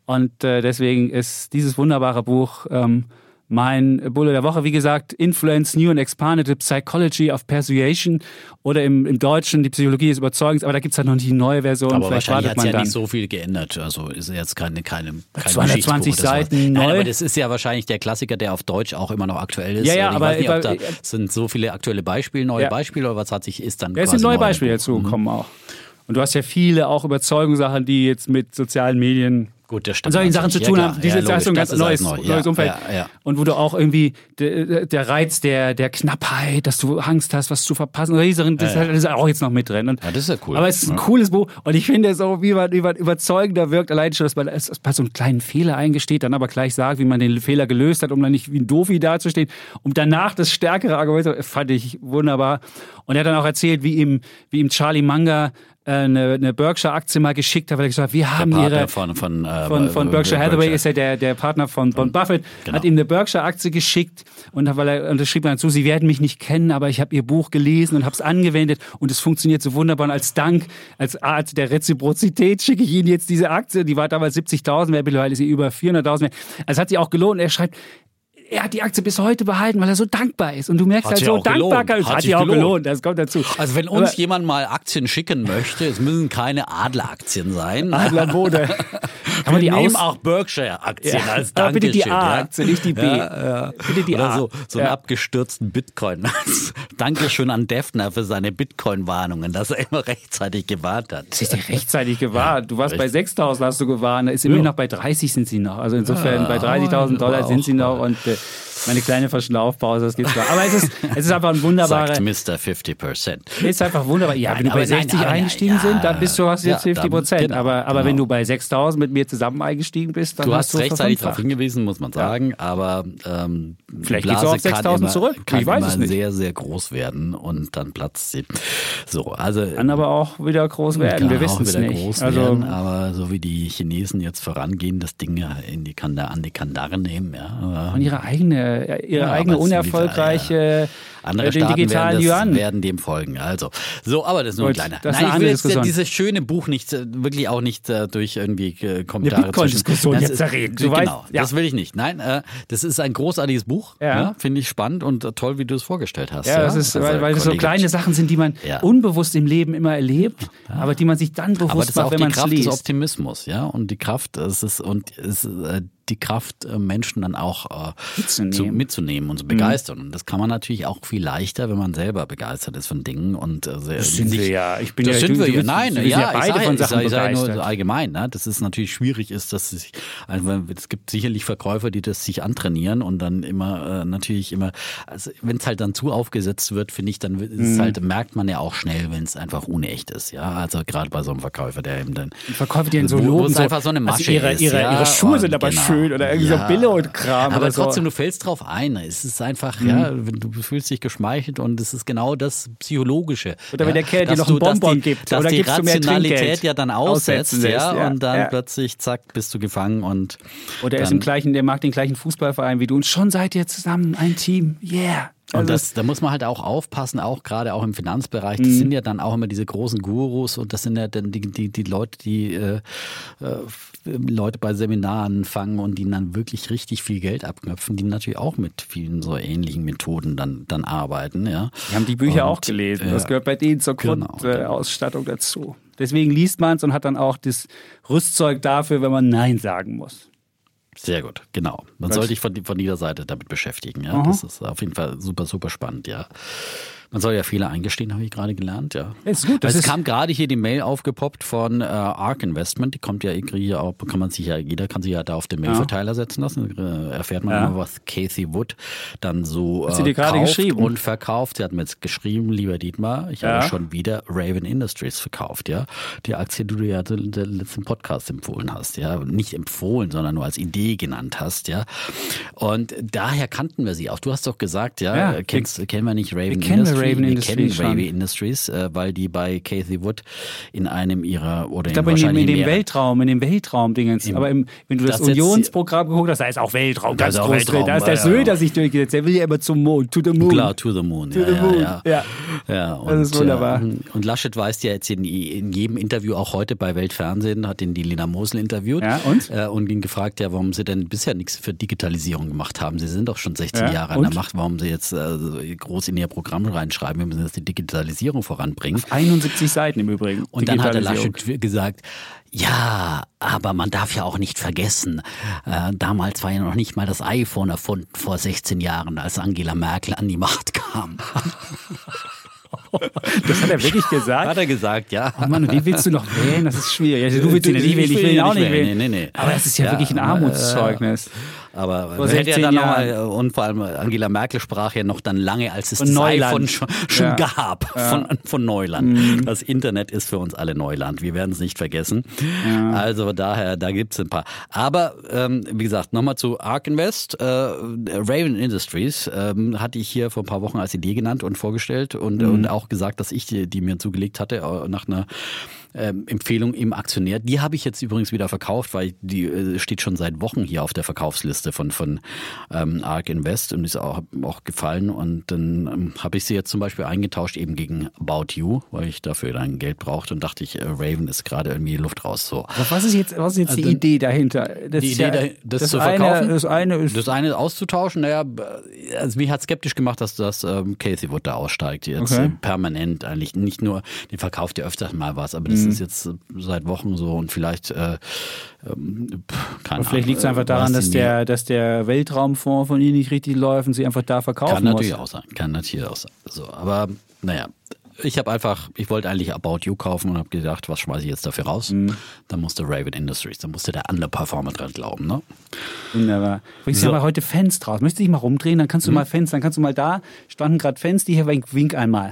Und deswegen ist dieses wunderbare Buch mein Bulle der Woche. Wie gesagt, Influence, New and Expanded, the Psychology of Persuasion oder im Deutschen die Psychologie des Überzeugens. Aber da gibt es halt noch nicht die neue Version. Aber vielleicht wahrscheinlich hat es ja dann nicht so viel geändert. Also ist jetzt keine 220 Seiten neu. Nein, aber das ist ja wahrscheinlich der Klassiker, der auf Deutsch auch immer noch aktuell ist. Ja, ich aber weiß nicht, ob da sind so viele aktuelle Beispiele, neue Beispiele oder was ist dann es quasi sind neue neu Beispiele dazu gekommen auch. Und du hast ja viele auch Überzeugungssachen, die jetzt mit sozialen Medien und solchen Sachen zu tun haben. Diese ist ein ganz neues Umfeld. Ja. Und wo du auch irgendwie der Reiz der Knappheit, dass du Angst hast, was zu verpassen. Das ist auch jetzt noch mit drin. Und, das ist ja cool. Aber es ist ein cooles Buch. Und ich finde es auch, wie man überzeugender wirkt. Allein schon, dass man bei so einem kleinen Fehler eingesteht, dann aber gleich sagt, wie man den Fehler gelöst hat, um dann nicht wie ein Doofi dazustehen. Und danach das stärkere Argument, fand ich wunderbar. Und er hat dann auch erzählt, wie ihm Charlie Munger eine Berkshire-Aktie mal geschickt hat, weil er gesagt hat, wir haben von Berkshire Hathaway ist ja der Partner von Buffett, hat ihm eine Berkshire-Aktie geschickt und das schrieb dann dazu, Sie werden mich nicht kennen, aber ich habe Ihr Buch gelesen und habe es angewendet und es funktioniert so wunderbar und als Dank, als Art der Reziprozität schicke ich Ihnen jetzt diese Aktie, die war damals 70.000 wert, mittlerweile ist sie über 400.000 wert. Also hat sich auch gelohnt. Er schreibt, er hat die Aktie bis heute behalten, weil er so dankbar ist. Und du merkst halt so Dankbarkeit. Hat sich auch gelohnt, das kommt dazu. Also wenn uns jemand mal Aktien schicken möchte, es müssen keine Adler-Aktien sein. Adler-Bode. Wir nehmen auch Berkshire-Aktien als Dankeschön. Aber bitte die A-Aktie, nicht die B. Bitte die A. Oder so einen abgestürzten Bitcoin. Dankeschön an Defner für seine Bitcoin-Warnungen, dass er immer rechtzeitig gewarnt hat. Das ist ja rechtzeitig gewarnt. Du warst bei 6.000, hast du gewarnt. Ist immerhin noch bei 30 sind sie noch. Also insofern bei $30.000 sind sie noch und meine kleine Verschnaufpause, das gibt's noch. Aber es ist einfach ein wunderbarer... Sagt Mr. 50%. Es ist einfach wunderbar. Ja, wenn du bei 60 eingestiegen sind, dann hast du jetzt 50%. Aber wenn du bei 6.000 mit mir zusammen eingestiegen bist, dann du hast rechtzeitig darauf hingewiesen, muss man sagen. Aber vielleicht geht es auch auf 6.000 zurück. Ich weiß es nicht. Sehr, sehr groß werden und dann platzt sie. So, also kann aber auch wieder groß werden. Wir wissen es nicht. Aber so wie die Chinesen jetzt vorangehen, das Ding an die Kandare nehmen. Ja. Und ihre eigene unerfolgreiche andere Staaten werden dem folgen. Also, so, aber das ist nur ein kleiner. Nein, ich will jetzt dieses schöne Buch wirklich auch nicht durch irgendwie Kommentare Bitcoin-Diskussion jetzt reden. Genau, das will ich nicht. Nein, das ist ein großartiges Buch. Ja. Finde ich spannend und toll, wie du es vorgestellt hast. Ja, das ist, weil das so kleine Sachen sind, die man unbewusst im Leben immer erlebt, aber die man sich dann bewusst macht, wenn man es liest. Aber das ist auch die Kraft des Optimismus, ja, und die Kraft, die Kraft, Menschen dann auch mitzunehmen und zu begeistern. Und das kann man natürlich auch viel leichter, wenn man selber begeistert ist von Dingen. Und das sind wir ja. Ich bin das ja, sind wir ja. Nein, wir sind ja beide von Sachen begeistert. Nur so allgemein, ne? Dass es natürlich schwierig ist, dass es gibt sicherlich Verkäufer, die das sich antrainieren und dann immer also wenn es halt dann zu aufgesetzt wird, finde ich, dann ist es halt, merkt man ja auch schnell, wenn es einfach unecht ist. Ja, also gerade bei so einem Verkäufer, der eben dann Verkäufer, die in so loben, einfach so eine Masche ist. Ihre Schuhe sind aber schön oder irgendwie so Bille und Kram. Aber trotzdem, du fällst drauf ein. Es ist einfach, du fühlst dich geschmeichelt und es ist genau das Psychologische. Oder wenn der Kerl dir noch einen Bonbon gibt. Dass oder die gibst du mehr Rationalität ja dann aussetzt, und dann plötzlich, zack, bist du gefangen und. Oder er ist der mag den gleichen Fußballverein wie du und schon seid ihr zusammen ein Team. Yeah. Und da muss man halt auch aufpassen, auch gerade auch im Finanzbereich. Das sind ja dann auch immer diese großen Gurus und das sind ja dann die Leute, die Leute bei Seminaren fangen und die dann wirklich richtig viel Geld abknöpfen, die natürlich auch mit vielen so ähnlichen Methoden dann arbeiten. Ja. Die haben die Bücher auch gelesen. Das gehört bei denen zur Grundausstattung dazu. Deswegen liest man es und hat dann auch das Rüstzeug dafür, wenn man Nein sagen muss. Sehr gut, genau. Man sollte sich von dieser Seite damit beschäftigen. Ja? Das ist auf jeden Fall super, super spannend, ja. Man soll ja Fehler eingestehen, habe ich gerade gelernt, ja. Ist gut. Es kam gerade hier die Mail aufgepoppt von ARK Investment, die kommt ja hier auch, jeder kann sich ja da auf den Mailverteiler setzen lassen, erfährt man immer, was Cathy Wood dann so kauft und verkauft. Sie hat mir jetzt geschrieben, lieber Dietmar, ich habe schon wieder Raven Industries verkauft, ja. Die Aktie, die du ja in der letzten Podcast empfohlen hast, ja. Nicht empfohlen, sondern nur als Idee genannt hast, ja. Und daher kannten wir sie auch. Du hast doch gesagt, kennen wir nicht Raven Industries? Raven Wir Industries kennen Raven Industries, weil die bei Cathie Wood in einem ihrer oder ich glaube, in dem Weltraum-Dingens. Aber wenn du das Unionsprogramm geguckt hast, da ist auch Weltraum ganz groß drin. Da ist der Söder sich durchgesetzt. Der will ja immer zum Mond, to the moon. Klar, to the moon. Ja, und, das ist wunderbar. Und Laschet weist ja jetzt in jedem Interview, auch heute bei Weltfernsehen, hat ihn die Lena Mosel interviewt und ihn gefragt, ja, warum sie denn bisher nichts für Digitalisierung gemacht haben. Sie sind doch schon 16 Jahre an der Macht, warum sie jetzt groß in ihr Programm reinschreiben, wir müssen jetzt die Digitalisierung voranbringen. Auf 71 Seiten im Übrigen. Und dann hat der Laschet gesagt, ja, aber man darf ja auch nicht vergessen, damals war ja noch nicht mal das iPhone erfunden vor 16 Jahren, als Angela Merkel an die Macht kam. Das hat er wirklich gesagt? Hat er gesagt, ja. Oh Mann, und den willst du noch wählen? Das ist schwierig. Also, du willst ihn nicht wählen, ich will ihn auch nicht wählen. Nee. Aber das ist ja wirklich ein Armutszeugnis. Aber hätte ja dann nochmal, und vor allem Angela Merkel sprach ja noch dann lange, als es das iPhone schon gab, von Neuland. Das Internet ist für uns alle Neuland. Wir werden es nicht vergessen. Ja. Also daher, da gibt es ein paar. Aber wie gesagt, nochmal zu ARK Invest. Raven Industries hatte ich hier vor ein paar Wochen als Idee genannt und vorgestellt und auch gesagt, dass ich die mir zugelegt hatte nach einer Empfehlung im Aktionär. Die habe ich jetzt übrigens wieder verkauft, weil die steht schon seit Wochen hier auf der Verkaufsliste von ARK Invest und ist auch gefallen. Und dann habe ich sie jetzt zum Beispiel eingetauscht eben gegen About You, weil ich dafür dann Geld brauchte und dachte ich, Raven ist gerade irgendwie Luft raus. So. Was ist jetzt die Idee dahinter? Das zu verkaufen? Das eine auszutauschen, also mich hat skeptisch gemacht, dass das Cathie Wood da aussteigt jetzt permanent eigentlich. Nicht nur, die verkauft ja öfters mal was, aber das ist jetzt seit Wochen so und vielleicht keine Ahnung. Vielleicht liegt es einfach daran, dass der Weltraumfonds von Ihnen nicht richtig läuft und Sie einfach da verkaufen Kann natürlich auch sein. So, aber naja, ich wollte eigentlich About You kaufen und habe gedacht, was schmeiße ich jetzt dafür raus? Dann musste Raven Industries, dann musste der Underperformer dran glauben. Ne? Wunderbar. Ich habe heute Fans draus. Möchtest du dich mal rumdrehen? Dann kannst du mal da standen gerade Fans, die hier wink einmal.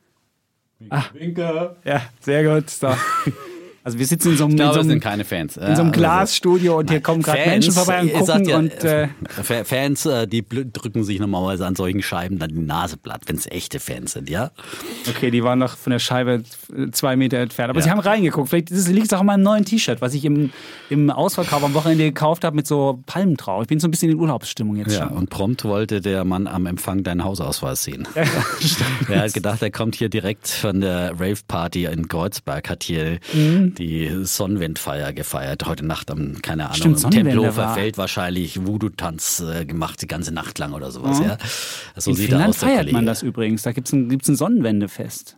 Winke. Ja, sehr gut. So. Also wir sitzen in so einem, das sind keine Fans. In so einem Glasstudio und hier kommen gerade Menschen vorbei und gucken. Fans, die drücken sich normalerweise an solchen Scheiben dann die Nase platt, wenn es echte Fans sind, ja? Okay, die waren noch von der Scheibe 2 Meter entfernt. Aber sie haben reingeguckt. Vielleicht liegt es auch an meinem neuen T-Shirt, was ich im Ausverkauf am Wochenende gekauft habe mit so Palmentrauben. Ich bin so ein bisschen in Urlaubsstimmung jetzt schon. Ja, und prompt wollte der Mann am Empfang deinen Hausausweis sehen. Er hat gedacht, er kommt hier direkt von der Rave-Party in Kreuzberg, hat hier die Sonnenwindfeier gefeiert. Heute Nacht im Tempelhofer Feld wahrscheinlich Voodoo-Tanz gemacht, die ganze Nacht lang oder sowas. Ja. So in Finnland feiert man das übrigens. Da gibt's ein Sonnenwendefest.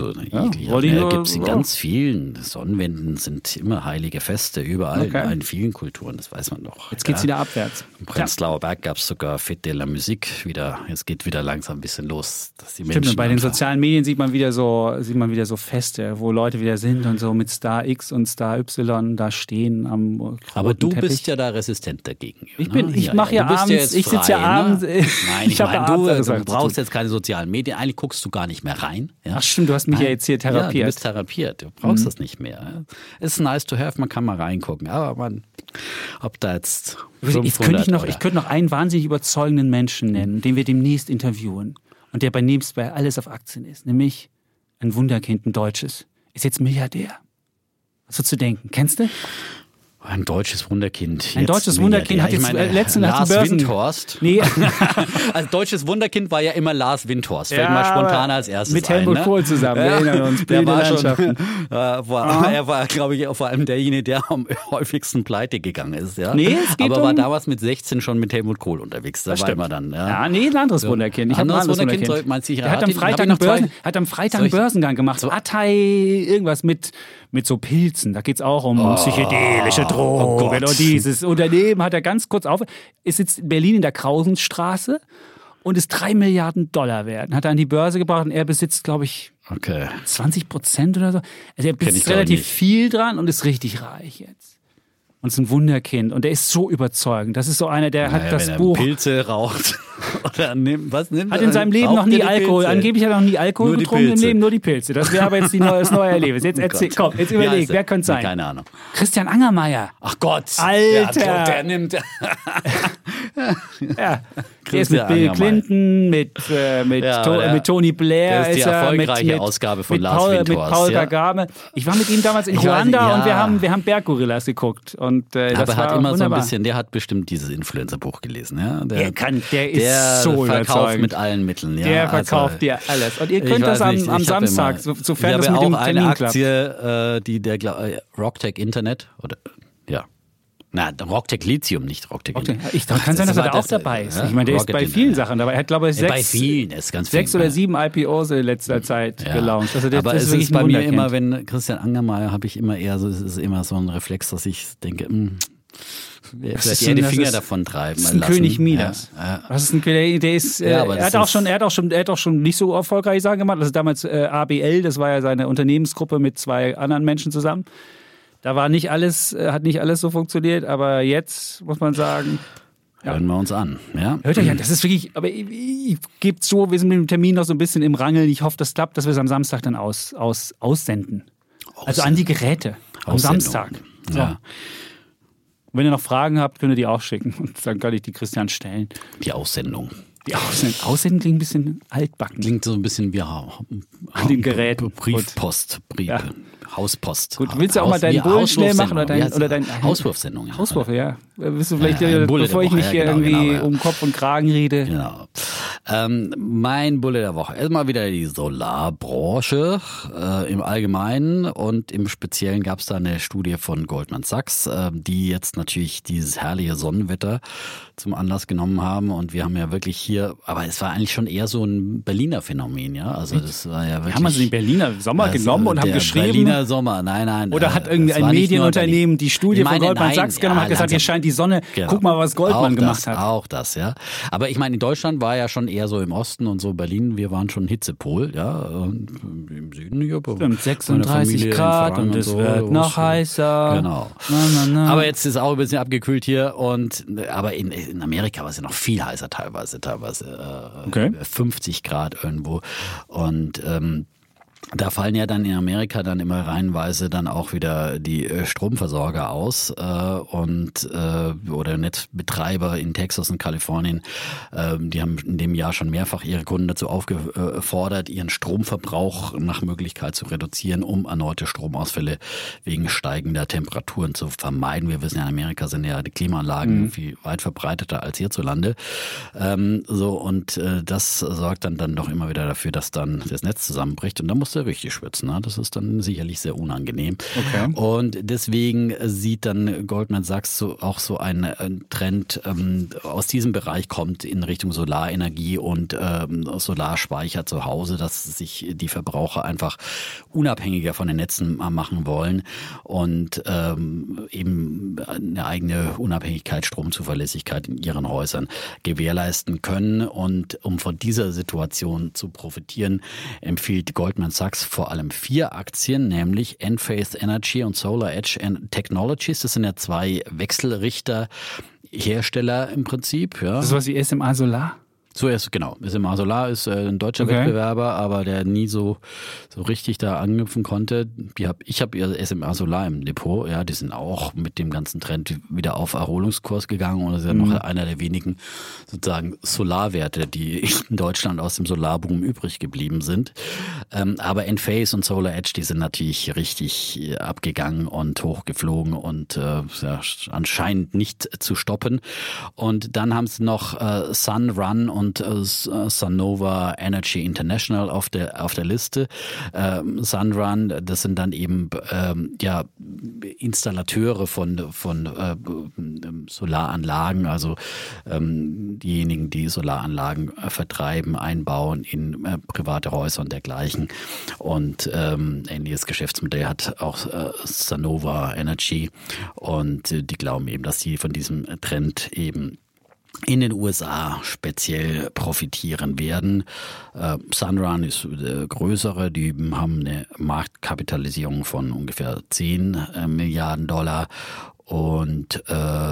Gibt es in ganz vielen. Sonnenwenden sind immer heilige Feste, überall, in vielen Kulturen, das weiß man doch. Jetzt geht's wieder abwärts. Im Prenzlauer Berg gab es sogar Fête de la Musique wieder. Es geht wieder langsam ein bisschen los. Dass die Menschen und bei den sozialen Medien sieht man wieder so Feste, wo Leute wieder sind und so mit Star X und Star Y da stehen am Aber du Teppich. bist ja da resistent dagegen. Ich mache ja abends, ich sitze ja abends. Nein, ich meine, du brauchst jetzt keine sozialen Medien. Eigentlich guckst du gar nicht mehr rein. Ja? Ach stimmt, du hast mich ja jetzt hier therapiert. Ja, du bist therapiert, du brauchst das nicht mehr. It's nice to have, man kann mal reingucken. Aber ob da jetzt 500 ich könnte noch einen wahnsinnig überzeugenden Menschen nennen, den wir demnächst interviewen. Und der bei alles auf Aktien ist. Nämlich ein Wunderkind, ein Deutsches. Ist jetzt Milliardär. Was so zu denken. Kennst du? Ein deutsches Wunderkind. Ein deutsches Wunderkind hat jetzt letzte Nacht Lars Windhorst. Nee. Als deutsches Wunderkind war ja immer Lars Windhorst. Fällt mal spontan als erstes mit Helmut Kohl zusammen. Wir erinnern uns. Der war schon, er war, glaube ich, vor allem derjenige, der am häufigsten pleite gegangen ist. Ja? Nee, es geht aber war damals mit 16 schon mit Helmut Kohl unterwegs. Da war immer dann. Ein anderes Wunderkind. Ich habe ein anderes Wunderkind. Er hat am Freitag einen Börsengang gemacht. So Atay, irgendwas mit so Pilzen. Da geht es auch um psychedelische Drogen. Und dieses Unternehmen hat er ganz kurz ist jetzt in Berlin in der Krausenstraße und ist 3 Milliarden Dollar wert. Hat er an die Börse gebracht und er besitzt, glaube ich, 20% oder so. Also er besitzt relativ viel dran und ist richtig reich jetzt. Und ist ein Wunderkind. Und der ist so überzeugend. Das ist so einer, der hat das wenn Buch. Pilze raucht. Was nimmt Hat in seinem Leben noch nie Alkohol. Angeblich hat er noch nie Alkohol getrunken im Leben, nur die Pilze. Das wäre aber jetzt das neue Erlebnis. Jetzt erzähl, komm, jetzt überleg, wer könnte es sein? Keine Ahnung. Christian Angermayer. Ach Gott. Alter. Der nimmt. Ja. Der ist mit Bill Clinton, mit Tony Blair. Das ist die erfolgreiche Ausgabe von Lars Windhorst. Mit Paul Kagame. Ich war mit ihm damals in Ruanda und wir haben Berggorillas geguckt. Und, das aber war hat immer wunderbar. so ein bisschen, der hat bestimmt dieses Influencer-Buch gelesen. Ja? Der ist so verkauft überzeugend. mit allen Mitteln. Ja? Der verkauft dir alles. Und ihr könnt das am Samstag, sofern das mit dem Termin klappt. Ich habe eine Aktie, die der Rocktech Internet oder ja. Na, Rocktech Lithium, nicht Rocktech. Kann sein, dass er da auch dabei ist. Ja? Ich meine, der ist bei vielen Sachen dabei. Er hat, glaube ich, 6 oder 7 IPOs in letzter Zeit gelauncht. Also aber es ist bei mir immer, wenn Christian Angermayer, habe ich immer eher so, es ist immer so ein Reflex, dass ich denke, vielleicht eher die Finger davon treiben. Das ist ein König Midas. Das ist ein König, der ist, er hat auch schon nicht so erfolgreiche Sachen gemacht. Das ist damals ABL, das war ja seine Unternehmensgruppe mit 2 anderen Menschen zusammen. Da war hat nicht alles so funktioniert, aber jetzt muss man sagen. Hören wir uns an. Ja? Hört euch an, das ist wirklich, aber ich gebe zu, wir sind mit dem Termin noch so ein bisschen im Rangeln. Ich hoffe, das klappt, dass wir es am Samstag dann aussenden. Also an die Geräte. Am Samstag. So. Ja. Und wenn ihr noch Fragen habt, könnt ihr die auch schicken. Und dann kann ich die Christian stellen. Die Aussendung. Aussenden klingt ein bisschen altbacken. Klingt so ein bisschen wie an den Geräten. Briefpost, Briefe. Ja. Hauspost. Gut, willst du auch mal deinen Bullen schnell machen oder dein Hauswurfsendung? Ja. Hauswurf, ja. Willst du vielleicht, bevor ich mich hier irgendwie um Kopf und Kragen rede? Genau. Mein Bulle der Woche. Erstmal wieder die Solarbranche im Allgemeinen und im Speziellen gab es da eine Studie von Goldman Sachs, die jetzt natürlich dieses herrliche Sonnenwetter zum Anlass genommen haben und wir haben ja wirklich hier, aber es war eigentlich schon eher so ein Berliner Phänomen, ja. Also das war ja wirklich. Haben wir den Berliner Sommer genommen und haben geschrieben? Berliner Sommer, nein. Oder hat irgendwie ein Medienunternehmen die Studie von Goldman Sachs genommen und hat gesagt, hier scheint die Sonne, guck mal, was Goldman gemacht hat. Auch das, ja. Aber ich meine, in Deutschland war ja schon eher so im Osten und so Berlin, wir waren schon Hitzepol, ja. Im Süden hier. Stimmt, 36 Grad und es wird noch heißer. Genau. Aber jetzt ist es auch ein bisschen abgekühlt hier aber in Amerika war es ja noch viel heißer teilweise 50 Grad irgendwo und da fallen ja dann in Amerika dann immer reihenweise dann auch wieder die Stromversorger aus oder Netzbetreiber in Texas und Kalifornien. Die haben in dem Jahr schon mehrfach ihre Kunden dazu aufgefordert, ihren Stromverbrauch nach Möglichkeit zu reduzieren, um erneute Stromausfälle wegen steigender Temperaturen zu vermeiden. Wir wissen ja, in Amerika sind ja die Klimaanlagen viel weit verbreiteter als hierzulande. Das sorgt dann doch immer wieder dafür, dass dann das Netz zusammenbricht und dann musst du richtig schwitzen. Ne? Das ist dann sicherlich sehr unangenehm. Okay. Und deswegen sieht dann Goldman Sachs auch so einen Trend aus diesem Bereich kommt in Richtung Solarenergie und Solarspeicher zu Hause, dass sich die Verbraucher einfach unabhängiger von den Netzen machen wollen und eben eine eigene Unabhängigkeit, Stromzuverlässigkeit in ihren Häusern gewährleisten können. Und um von dieser Situation zu profitieren, empfiehlt Goldman Sachs vor allem 4 Aktien, nämlich Enphase Energy und SolarEdge Technologies. Das sind ja 2 Wechselrichterhersteller im Prinzip. Ja. Das ist was wie SMA Solar? Zuerst, genau. SMA Solar ist ein deutscher Wettbewerber, aber der nie so richtig da anknüpfen konnte. Ich habe SMA Solar im Depot. Ja, die sind auch mit dem ganzen Trend wieder auf Erholungskurs gegangen und das ist ja noch einer der wenigen sozusagen Solarwerte, die in Deutschland aus dem Solarboom übrig geblieben sind. Aber Enphase und SolarEdge, die sind natürlich richtig abgegangen und hochgeflogen und anscheinend nicht zu stoppen. Und dann haben sie noch Sunrun und Sunnova Energy International auf der Liste. Sunrun, das sind dann eben Installateure von Solaranlagen, also diejenigen, die Solaranlagen vertreiben, einbauen in private Häuser und dergleichen. Und ähnliches Geschäftsmodell hat auch Sunnova Energy und die glauben eben, dass sie von diesem Trend eben in den USA speziell profitieren werden. Sunrun ist der größere, die haben eine Marktkapitalisierung von ungefähr 10 Milliarden $. Und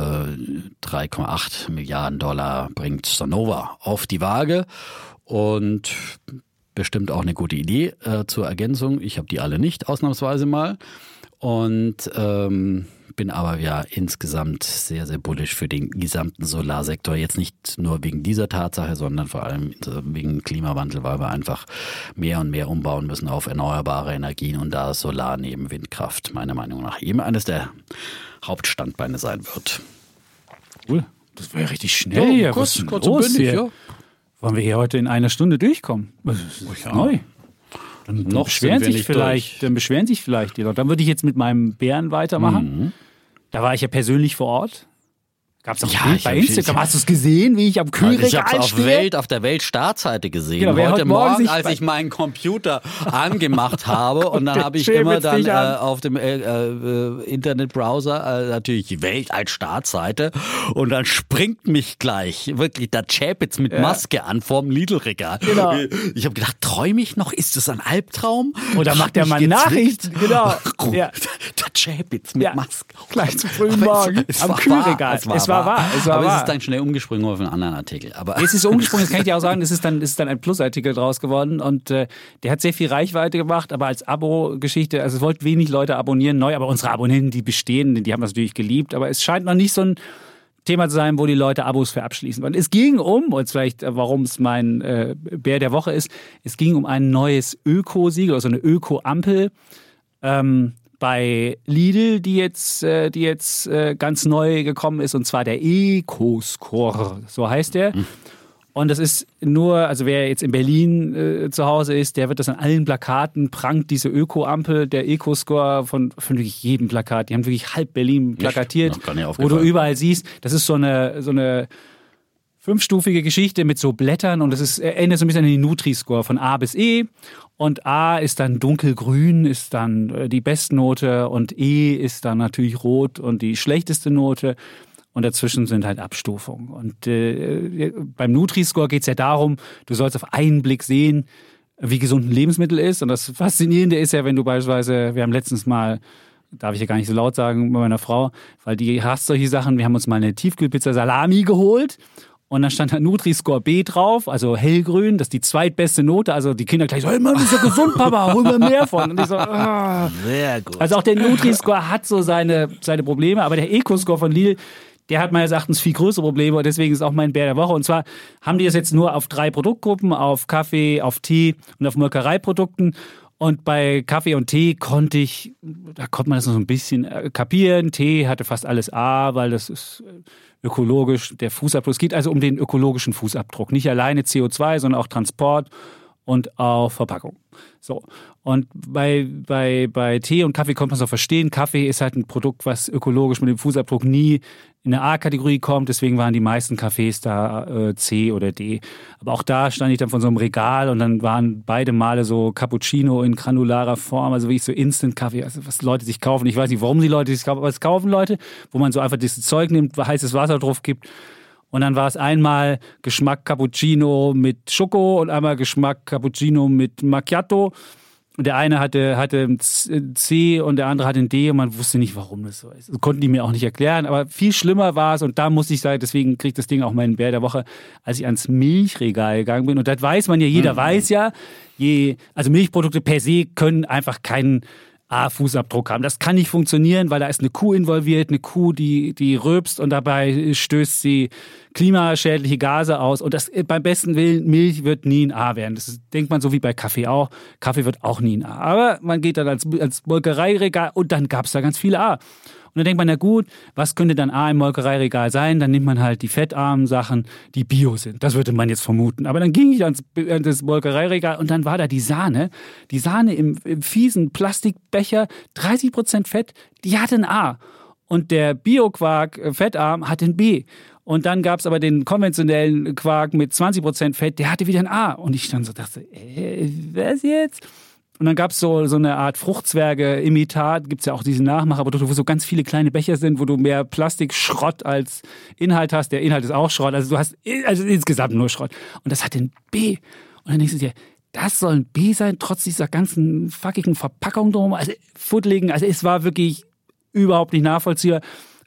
3,8 Milliarden Dollar bringt Sonova auf die Waage. Und bestimmt auch eine gute Idee zur Ergänzung. Ich habe die alle nicht, ausnahmsweise mal. Und bin aber ja insgesamt sehr, sehr bullish für den gesamten Solarsektor. Jetzt nicht nur wegen dieser Tatsache, sondern vor allem wegen Klimawandel, weil wir einfach mehr und mehr umbauen müssen auf erneuerbare Energien und da Solar neben Windkraft meiner Meinung nach eben eines der Hauptstandbeine sein wird. Cool. Das war ja richtig schnell hier. Kurz und bündig, ja. Wollen wir hier heute in einer Stunde durchkommen? Das ist neu. Dann beschweren sich vielleicht die Leute. Dann würde ich jetzt mit meinem Bären weitermachen. Da war ich ja persönlich vor Ort. Gab es auch ein Bild bei Instagram? Hast du es gesehen, wie ich am Kühlregal stehe? Ich habe es auf der Welt-Startseite gesehen. Genau, heute Morgen, als ich meinen Computer angemacht habe. Und dann habe ich immer dann auf dem Internetbrowser natürlich die Welt als Startseite. Und dann springt mich gleich wirklich der Chapitz mit Maske an vorm Lidl-Regal. Genau. Ich habe gedacht, träume ich noch? Ist das ein Albtraum? Oder macht der mal Nachrichten? Genau. Ja. Der Chapitz mit Maske. Gleich zum frühen Morgen am Kühlregal. Es war wahr. Es ist dann schnell umgesprungen auf einen anderen Artikel. Es ist umgesprungen, das kann ich dir auch sagen, es ist dann ein Plus-Artikel draus geworden und der hat sehr viel Reichweite gemacht, aber als Abo-Geschichte, also es wollten wenig Leute abonnieren, neu, aber unsere Abonnenten, die bestehenden, die haben das natürlich geliebt, aber es scheint noch nicht so ein Thema zu sein, wo die Leute Abos für abschließen. Und es ging und vielleicht, warum es mein Bär der Woche ist, es ging um ein neues Öko-Siegel, also eine Öko-Ampel, bei Lidl, die jetzt ganz neu gekommen ist, und zwar der Eco-Score, so heißt der. Und das ist nur, also wer jetzt in Berlin zu Hause ist, der wird das an allen Plakaten, prangt diese Öko-Ampel, der Eco-Score von wirklich jedem Plakat. Die haben wirklich halb Berlin plakatiert, wo du überall siehst, das ist so eine 5-stufige Geschichte mit so Blättern und das erinnert so ein bisschen an den Nutri-Score von A bis E. Und A ist dann dunkelgrün, ist dann die Bestnote und E ist dann natürlich rot und die schlechteste Note. Und dazwischen sind halt Abstufungen. Und beim Nutri-Score geht es ja darum, du sollst auf einen Blick sehen, wie gesund ein Lebensmittel ist. Und das Faszinierende ist ja, wenn du beispielsweise, wir haben letztens mal, darf ich ja gar nicht so laut sagen, bei meiner Frau, weil die hasst solche Sachen, wir haben uns mal eine Tiefkühlpizza Salami geholt. Und dann stand da Nutri-Score B drauf, also hellgrün, das ist die zweitbeste Note. Also die Kinder gleich so, hey Mann, das ist ja gesund, Papa, hol mir mehr von. Und ich so, Sehr gut. Also auch der Nutri-Score hat so seine Probleme, aber der Eco-Score von Lidl, der hat meines Erachtens viel größere Probleme und deswegen ist auch mein Bär der Woche. Und zwar haben die das jetzt nur auf 3 Produktgruppen, auf Kaffee, auf Tee und auf Molkereiprodukten. Und bei Kaffee und Tee konnte man das noch so ein bisschen kapieren. Tee hatte fast alles A, weil das ist ökologisch, der Fußabdruck. Es geht also um den ökologischen Fußabdruck. Nicht alleine CO2, sondern auch Transport und auch Verpackung. So. Und bei Tee und Kaffee konnte man es auch verstehen. Kaffee ist halt ein Produkt, was ökologisch mit dem Fußabdruck nie in eine A-Kategorie kommt. Deswegen waren die meisten Kaffees da C oder D. Aber auch da stand ich dann von so einem Regal und dann waren beide Male so Cappuccino in granularer Form, also wirklich so Instant-Kaffee, also was Leute sich kaufen. Ich weiß nicht, warum die Leute sich kaufen, aber es kaufen Leute, wo man so einfach dieses Zeug nimmt, heißes Wasser drauf gibt. Und dann war es einmal Geschmack Cappuccino mit Schoko und einmal Geschmack Cappuccino mit Macchiato. Und der eine hatte ein C und der andere hatte ein D und man wusste nicht, warum das so ist. Das konnten die mir auch nicht erklären, aber viel schlimmer war es und da muss ich sagen, deswegen kriegt das Ding auch meinen Bär der Woche, als ich ans Milchregal gegangen bin. Und das weiß man ja, jeder weiß ja, also Milchprodukte per se können einfach keinen A-Fußabdruck haben. Das kann nicht funktionieren, weil da ist eine Kuh involviert, eine Kuh, die rülpst und dabei stößt sie klimaschädliche Gase aus. Und das beim besten Willen, Milch wird nie ein A werden. Das denkt man so wie bei Kaffee auch. Kaffee wird auch nie ein A. Aber man geht dann als Molkereiregal und dann gab es da ganz viele A. Und dann denkt man, na gut, was könnte dann A im Molkereiregal sein? Dann nimmt man halt die fettarmen Sachen, die bio sind. Das würde man jetzt vermuten. Aber dann ging ich an das Molkereiregal und dann war da die Sahne. Die Sahne im fiesen Plastikbecher, 30% Fett, die hatte ein A. Und der Bio-Quark, fettarm, hatte ein B. Und dann gab es aber den konventionellen Quark mit 20% Fett, der hatte wieder ein A. Und ich dann so dachte, was jetzt? Und dann gab es so eine Art Fruchtzwerge-Imitat, gibt es ja auch diese Nachmacherprodukte, wo so ganz viele kleine Becher sind, wo du mehr Plastikschrott als Inhalt hast. Der Inhalt ist auch Schrott, also du hast insgesamt nur Schrott. Und das hat ein B. Und dann denkst du dir, das soll ein B sein, trotz dieser ganzen fuckigen Verpackung drum, also fuddeligen, also es war wirklich überhaupt nicht nachvollziehbar.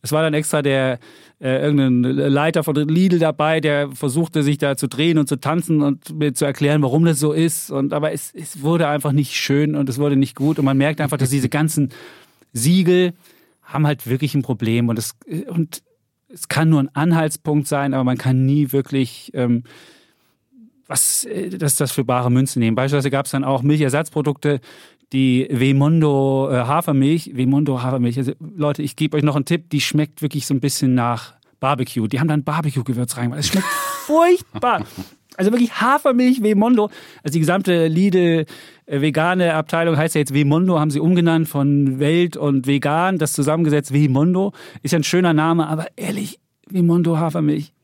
Es war dann extra irgendein Leiter von Lidl dabei, der versuchte, sich da zu drehen und zu tanzen und mir zu erklären, warum das so ist. Aber es wurde einfach nicht schön und es wurde nicht gut. Und man merkt einfach, dass diese ganzen Siegel haben halt wirklich ein Problem. Und es kann nur ein Anhaltspunkt sein, aber man kann nie wirklich das für bare Münze nehmen. Beispielsweise gab es dann auch Milchersatzprodukte, die Vemondo Hafermilch. Also Leute, ich gebe euch noch einen Tipp, die schmeckt wirklich so ein bisschen nach Barbecue. Die haben dann Barbecue-Gewürz reingemacht. Es schmeckt furchtbar. Also wirklich Hafermilch Vemondo. Also die gesamte Lidl vegane Abteilung heißt ja jetzt Vemondo, haben sie umgenannt von Welt und Vegan, das zusammengesetzt Vemondo. Ist ja ein schöner Name, aber ehrlich, Vemondo Hafermilch.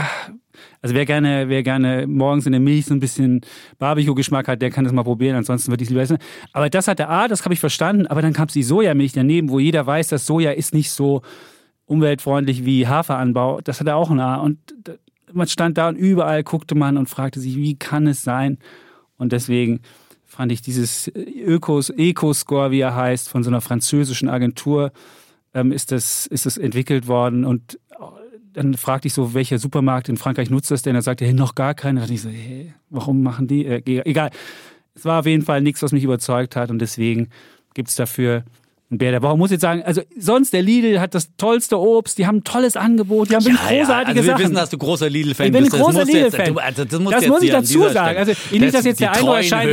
Also wer gerne morgens in der Milch so ein bisschen Barbecue-Geschmack hat, der kann das mal probieren, ansonsten würde ich es lieber essen. Aber das hat das habe ich verstanden, aber dann kam die Sojamilch daneben, wo jeder weiß, dass Soja ist nicht so umweltfreundlich wie Haferanbau. Das hat auch ein A. Und man stand da und überall guckte man und fragte sich, wie kann es sein? Und deswegen fand ich dieses Eco-Score, wie er heißt, von so einer französischen Agentur, ist das entwickelt worden. Und dann fragte ich so, welcher Supermarkt in Frankreich nutzt das denn? Er sagte, hey, noch gar keiner. Da dachte ich so, hey, warum machen die? Egal. Es war auf jeden Fall nichts, was mich überzeugt hat. Und deswegen gibt es dafür ein Bär der Woche. Ich muss jetzt sagen, also sonst, der Lidl hat das tollste Obst, die haben ein tolles Angebot, die haben großartige Sachen. Wir wissen, dass du großer Lidl-Fan bist. Ich bin ein großer Lidl-Fan. Das muss ich dazu sagen. Also nicht, dass jetzt der Eindruck erscheint,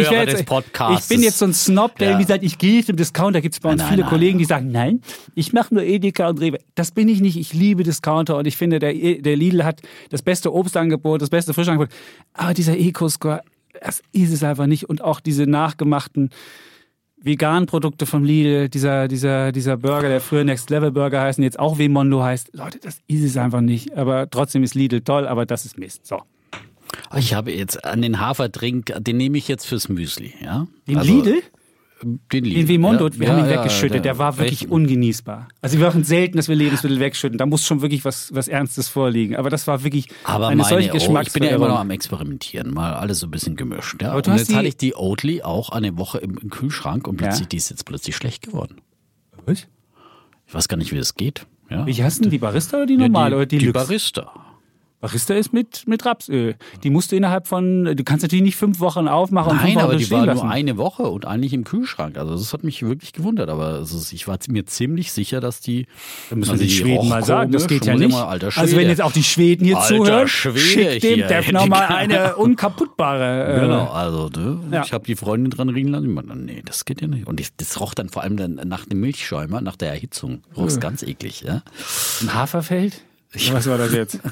ich bin jetzt so ein Snob, der irgendwie sagt, ich gehe jetzt im Discounter. Da gibt es bei uns viele Kollegen, die sagen, nein, ich mache nur Edeka und Rewe. Das bin ich nicht. Ich liebe Discounter und ich finde, der Lidl hat das beste Obstangebot, das beste Frischangebot. Aber dieser Eco-Score, das ist es einfach nicht. Und auch diese nachgemachten veganen Produkte vom Lidl, dieser Burger, der früher Next Level Burger heißt und jetzt auch Vemondo heißt. Leute, das ist es einfach nicht. Aber trotzdem ist Lidl toll, aber das ist Mist. So. Ich habe jetzt an den Haferdrink, den nehme ich jetzt fürs Müsli. Ja? Den Lidl? Den Vemondo, wir haben ihn weggeschüttet, der war wirklich ungenießbar. Also wir machen selten, dass wir Lebensmittel wegschütten, da muss schon wirklich was Ernstes vorliegen. Aber das war wirklich eine solche Geschmacksverirrung. Ich bin ja immer noch am Experimentieren, mal alles so ein bisschen gemischt. Ja? Und jetzt hatte ich die Oatly auch eine Woche im Kühlschrank und plötzlich, die ist jetzt plötzlich schlecht geworden. Was? Ich weiß gar nicht, wie das geht. Ja? Wie heißt denn die Barista oder die normale? Oder die Barista. Barista ist mit Rapsöl. Die musst du du kannst natürlich nicht 5 Wochen aufmachen. Nein, und aber die war lassen. nur eine Woche und eigentlich im Kühlschrank. Also das hat mich wirklich gewundert. Aber ich war mir ziemlich sicher, dass die... Da müssen wir die Schweden mal sagen, das geht ja nicht. Alter Schwede. Also wenn jetzt auch die Schweden hier zuhören, schickt dem Depp nochmal eine unkaputtbare... Genau, also ich habe die Freundin dran riechen lassen. Ich meine, nee, das geht ja nicht. Und das roch dann vor allem dann nach dem Milchschäumer, nach der Erhitzung. Roch es ganz eklig. Ja? Ein Haferfeld? Was war das jetzt?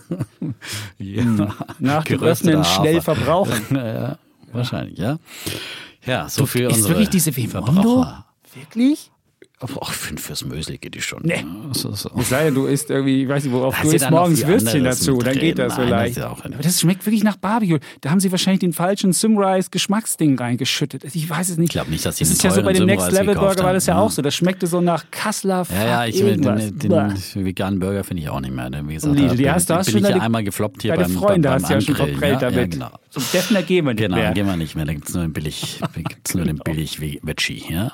Ja. Nach dem Öffnen schnell verbrauchen. Ja, wahrscheinlich, ja. Ja, so viel unsere... Ist wirklich diese Vemondo? Wirklich? Ich finde, fürs Müsli geht die schon. Nee. So. Es sei denn, du isst irgendwie, ich weiß nicht, worauf du isst morgens Würstchen dazu, dann geht das so leicht. Aber das schmeckt wirklich nach Barbecue. Da haben sie wahrscheinlich den falschen Simrise-Geschmacksding reingeschüttet. Ich weiß es nicht. Ich glaube nicht, dass sie das ist ja so bei dem Next Level Burger war das ja auch so. Das schmeckte so nach Kasseler. Ja, den veganen Burger finde ich auch nicht mehr. Wie gesagt, bin ich ja einmal gefloppt hier beim Freunde hast du ja schon verprellt damit. Ja, genau. Zum Defner gehen wir nicht mehr. Genau, gehen wir nicht mehr. Da gibt es nur den billig Veggie. Ja.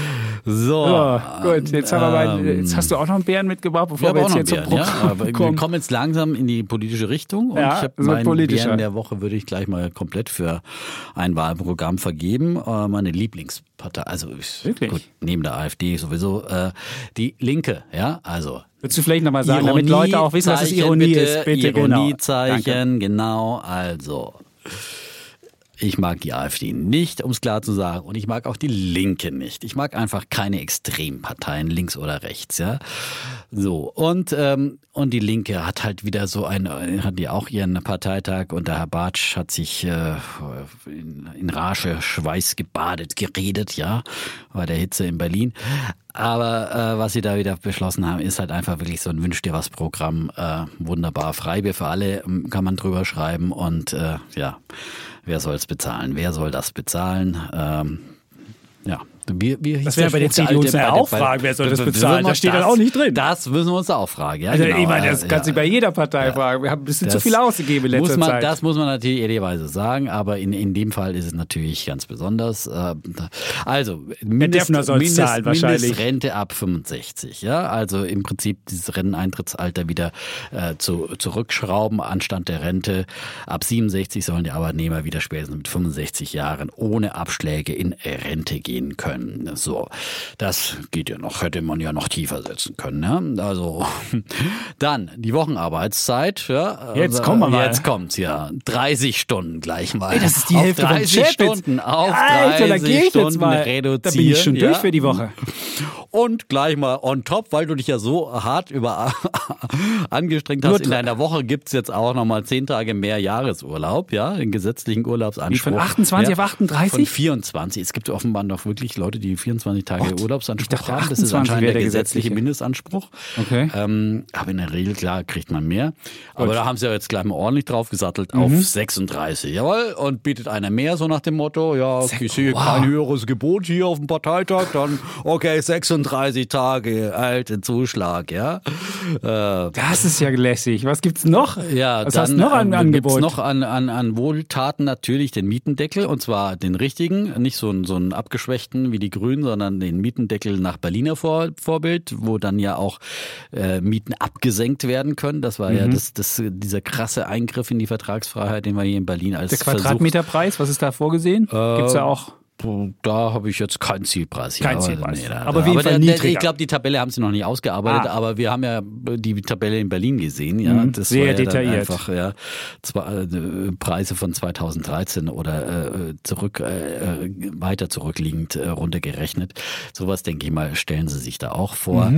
So. Gut, jetzt jetzt hast du auch noch einen Bären mitgebracht, bevor wir jetzt hier zum Programm kommen. Wir kommen jetzt langsam in die politische Richtung und ich habe meinen Bären der Woche würde ich gleich mal komplett für ein Wahlprogramm vergeben. Meine Lieblingspartei, also gut, neben der AfD sowieso, die Linke, ja, also. Würdest du vielleicht nochmal sagen, damit Leute auch wissen, was das Ironie ist? Bitte, Ironiezeichen, genau, also. Ich mag die AfD nicht, um es klar zu sagen, und ich mag auch die Linke nicht. Ich mag einfach keine Extremparteien, links oder rechts, ja. So, und die Linke hat halt wieder hat die auch ihren Parteitag und der Herr Bartsch hat sich in Rage, Schweiß geredet, ja, bei der Hitze in Berlin. Aber was sie da wieder beschlossen haben, ist halt einfach wirklich so ein Wünsch dir was Programm, wunderbar, Freibier für alle kann man drüber schreiben und wer soll es bezahlen? Wer soll das bezahlen? Das wäre bei der CDU uns ja auch fragen, wer soll das bezahlen? Das steht dann auch nicht drin. Das müssen wir uns auch fragen. Ja, also genau. Ich meine, das kannst du bei jeder Partei fragen. Wir haben ein bisschen zu viel ausgegeben in letzter Zeit. Das muss man natürlich ehrlicherweise sagen, aber in dem Fall ist es natürlich ganz besonders. Also Mindestrente ab 65. Ja? Also im Prinzip dieses Renteneintrittsalter wieder zurückschrauben. Anstand der Rente ab 67 sollen die Arbeitnehmer wieder spätestens mit 65 Jahren ohne Abschläge in Rente gehen können. So, das geht ja noch, hätte man ja noch tiefer setzen können. Ja? Also dann die Wochenarbeitszeit. Ja? Jetzt kommen wir mal. Jetzt kommt's ja. 30 Stunden gleich mal. Ey, das ist die Hälfte von 30 Stunden auf Alter, 30 Stunden reduziert. Da bin ich schon durch für die Woche. Und gleich mal on top, weil du dich ja so hart angestrengt hast. In deiner Woche gibt's jetzt auch nochmal 10 Tage mehr Jahresurlaub, ja, den gesetzlichen Urlaubsanspruch. Von 28 auf 38? Von 24. Es gibt offenbar noch wirklich Leute, die 24 Tage Urlaubsanspruch haben. Das ist anscheinend der gesetzliche Mindestanspruch. Okay. Aber in der Regel, klar, kriegt man mehr. Aber da haben sie ja jetzt gleich mal ordentlich drauf gesattelt auf 36. Jawohl. Und bietet einer mehr, so nach dem Motto, ja, ich sehe kein höheres Gebot hier auf dem Parteitag, dann okay, 36 Tage, alter Zuschlag, ja. Das ist ja lässig. Was gibt's noch? Ja, was hast du noch an Angebot? Gibt's noch an Wohltaten natürlich den Mietendeckel, und zwar den richtigen, nicht so einen abgeschwächten wie die Grünen, sondern den Mietendeckel nach Berliner Vorbild, wo dann ja auch Mieten abgesenkt werden können. Das war ja dieser krasse Eingriff in die Vertragsfreiheit, den wir hier in Berlin als der Quadratmeterpreis, was ist da vorgesehen? Gibt's ja auch. Da habe ich jetzt keinen Zielpreis. Kein Zielpreis. Aber auf jeden Fall niedriger. Ich glaube, die Tabelle haben sie noch nicht ausgearbeitet, aber wir haben ja die Tabelle in Berlin gesehen. Ja, das sehr war ja detailliert. Dann einfach Preise von 2013 oder weiter zurückliegend runtergerechnet. Sowas, denke ich mal, stellen sie sich da auch vor.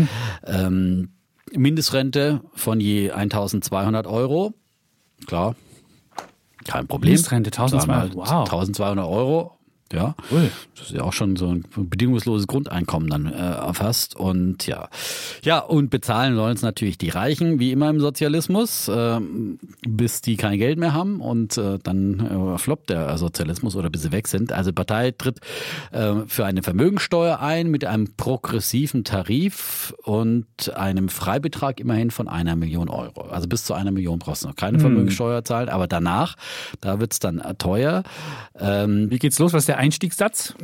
Mindestrente von je 1.200 Euro. Klar, kein Problem. Mindestrente 1.200, wow. 1.200 Euro. Ja, cool. Das ist ja auch schon so ein bedingungsloses Grundeinkommen dann erfasst. Und und bezahlen sollen es natürlich die Reichen, wie immer im Sozialismus, bis die kein Geld mehr haben und dann floppt der Sozialismus oder bis sie weg sind. Also die Partei tritt für eine Vermögensteuer ein mit einem progressiven Tarif und einem Freibetrag immerhin von 1 Million Euro. Also bis zu 1 Million brauchst du noch keine Vermögenssteuer zahlen, aber danach, da wird's dann teuer. Wie geht's los? Was ist der Einstiegssatz?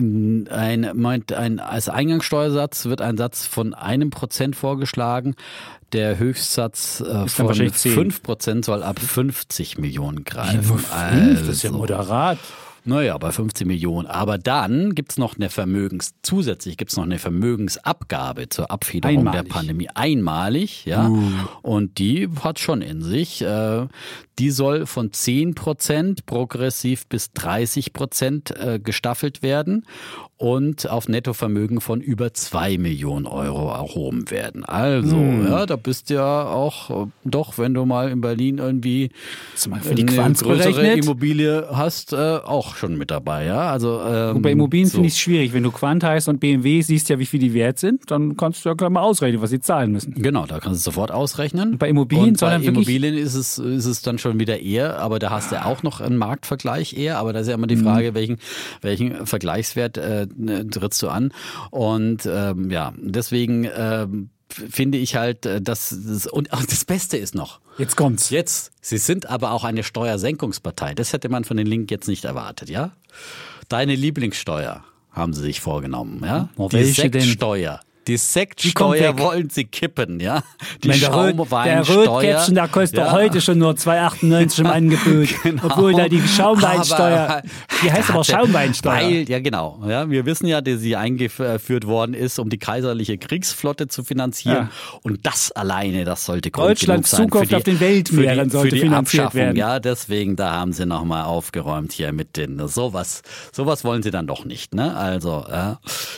Als Eingangssteuersatz wird ein Satz von 1% vorgeschlagen. Der Höchstsatz von 5% soll ab 50 Millionen greifen. Nur 5? Das ist ja moderat. Naja, bei 15 Millionen. Aber dann gibt's noch zusätzlich gibt's noch eine Vermögensabgabe zur Abfederung der Pandemie. Einmalig, ja. Und die hat schon in sich. Die soll von 10% progressiv bis 30% gestaffelt werden und auf Nettovermögen von über 2 Millionen Euro erhoben werden. Also, da bist du ja auch doch, wenn du mal in Berlin irgendwie für die Quanz größere berechnet? Immobilie hast, auch schon mit dabei. Ja? Also, und bei Immobilien finde ich es schwierig. Wenn du Quant heißt und BMW siehst ja, wie viel die wert sind, dann kannst du ja gleich mal ausrechnen, was sie zahlen müssen. Genau, da kannst du sofort ausrechnen. Und bei Immobilien, und bei Immobilien ist es dann schon wieder eher, aber da hast du auch noch einen Marktvergleich eher, aber da ist ja immer die Frage, welchen Vergleichswert trittst du an. Und deswegen finde ich halt, und das Beste ist noch. Jetzt kommt's. Sie sind aber auch eine Steuersenkungspartei. Das hätte man von den Linken jetzt nicht erwartet, ja? Deine Lieblingssteuer haben sie sich vorgenommen, ja? Die Sektsteuer. Die Sektsteuer wollen sie kippen, ja? Die Schaumweinsteuer. Der Rotkäppchen, da kostet doch heute schon nur 2,98 im Angebot. Genau. Obwohl da die Schaumweinsteuer, die heißt aber Schaumweinsteuer. Genau. Ja, wir wissen ja, dass sie eingeführt worden ist, um die kaiserliche Kriegsflotte zu finanzieren. Ja. Und das alleine, das sollte Grund genug sein. Deutschlands Zukunft auf den Weltmeeren sollte finanziert werden. Ja, deswegen, da haben sie nochmal aufgeräumt hier mit den, sowas wollen sie dann doch nicht, ne? Also,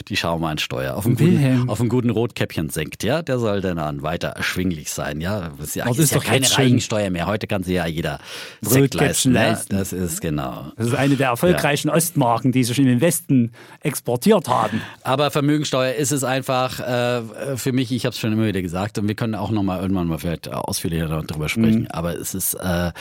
die Schaumweinsteuer auf einen guten Rotkäppchen senkt, ja, der soll dann weiter erschwinglich sein, ja. Das ist ja keine Reichensteuer mehr. Heute kann sich ja jeder Sekt leisten. Das ist genau. Das ist eine der erfolgreichen Ostmarken, die sich in den Westen exportiert haben. Aber Vermögensteuer ist es einfach für mich, ich habe es schon immer wieder gesagt, und wir können auch irgendwann mal vielleicht ausführlicher darüber sprechen, aber es ist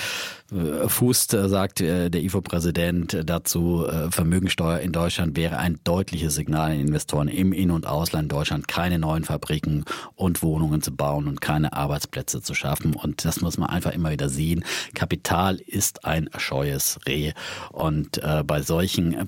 fußt, sagt der IFO-Präsident dazu, Vermögensteuer in Deutschland wäre ein deutliches Signal an Investoren im In- und Ausland Deutschland, keine neuen Fabriken und Wohnungen zu bauen und keine Arbeitsplätze zu schaffen. Und das muss man einfach immer wieder sehen. Kapital ist ein scheues Reh. Und bei solchen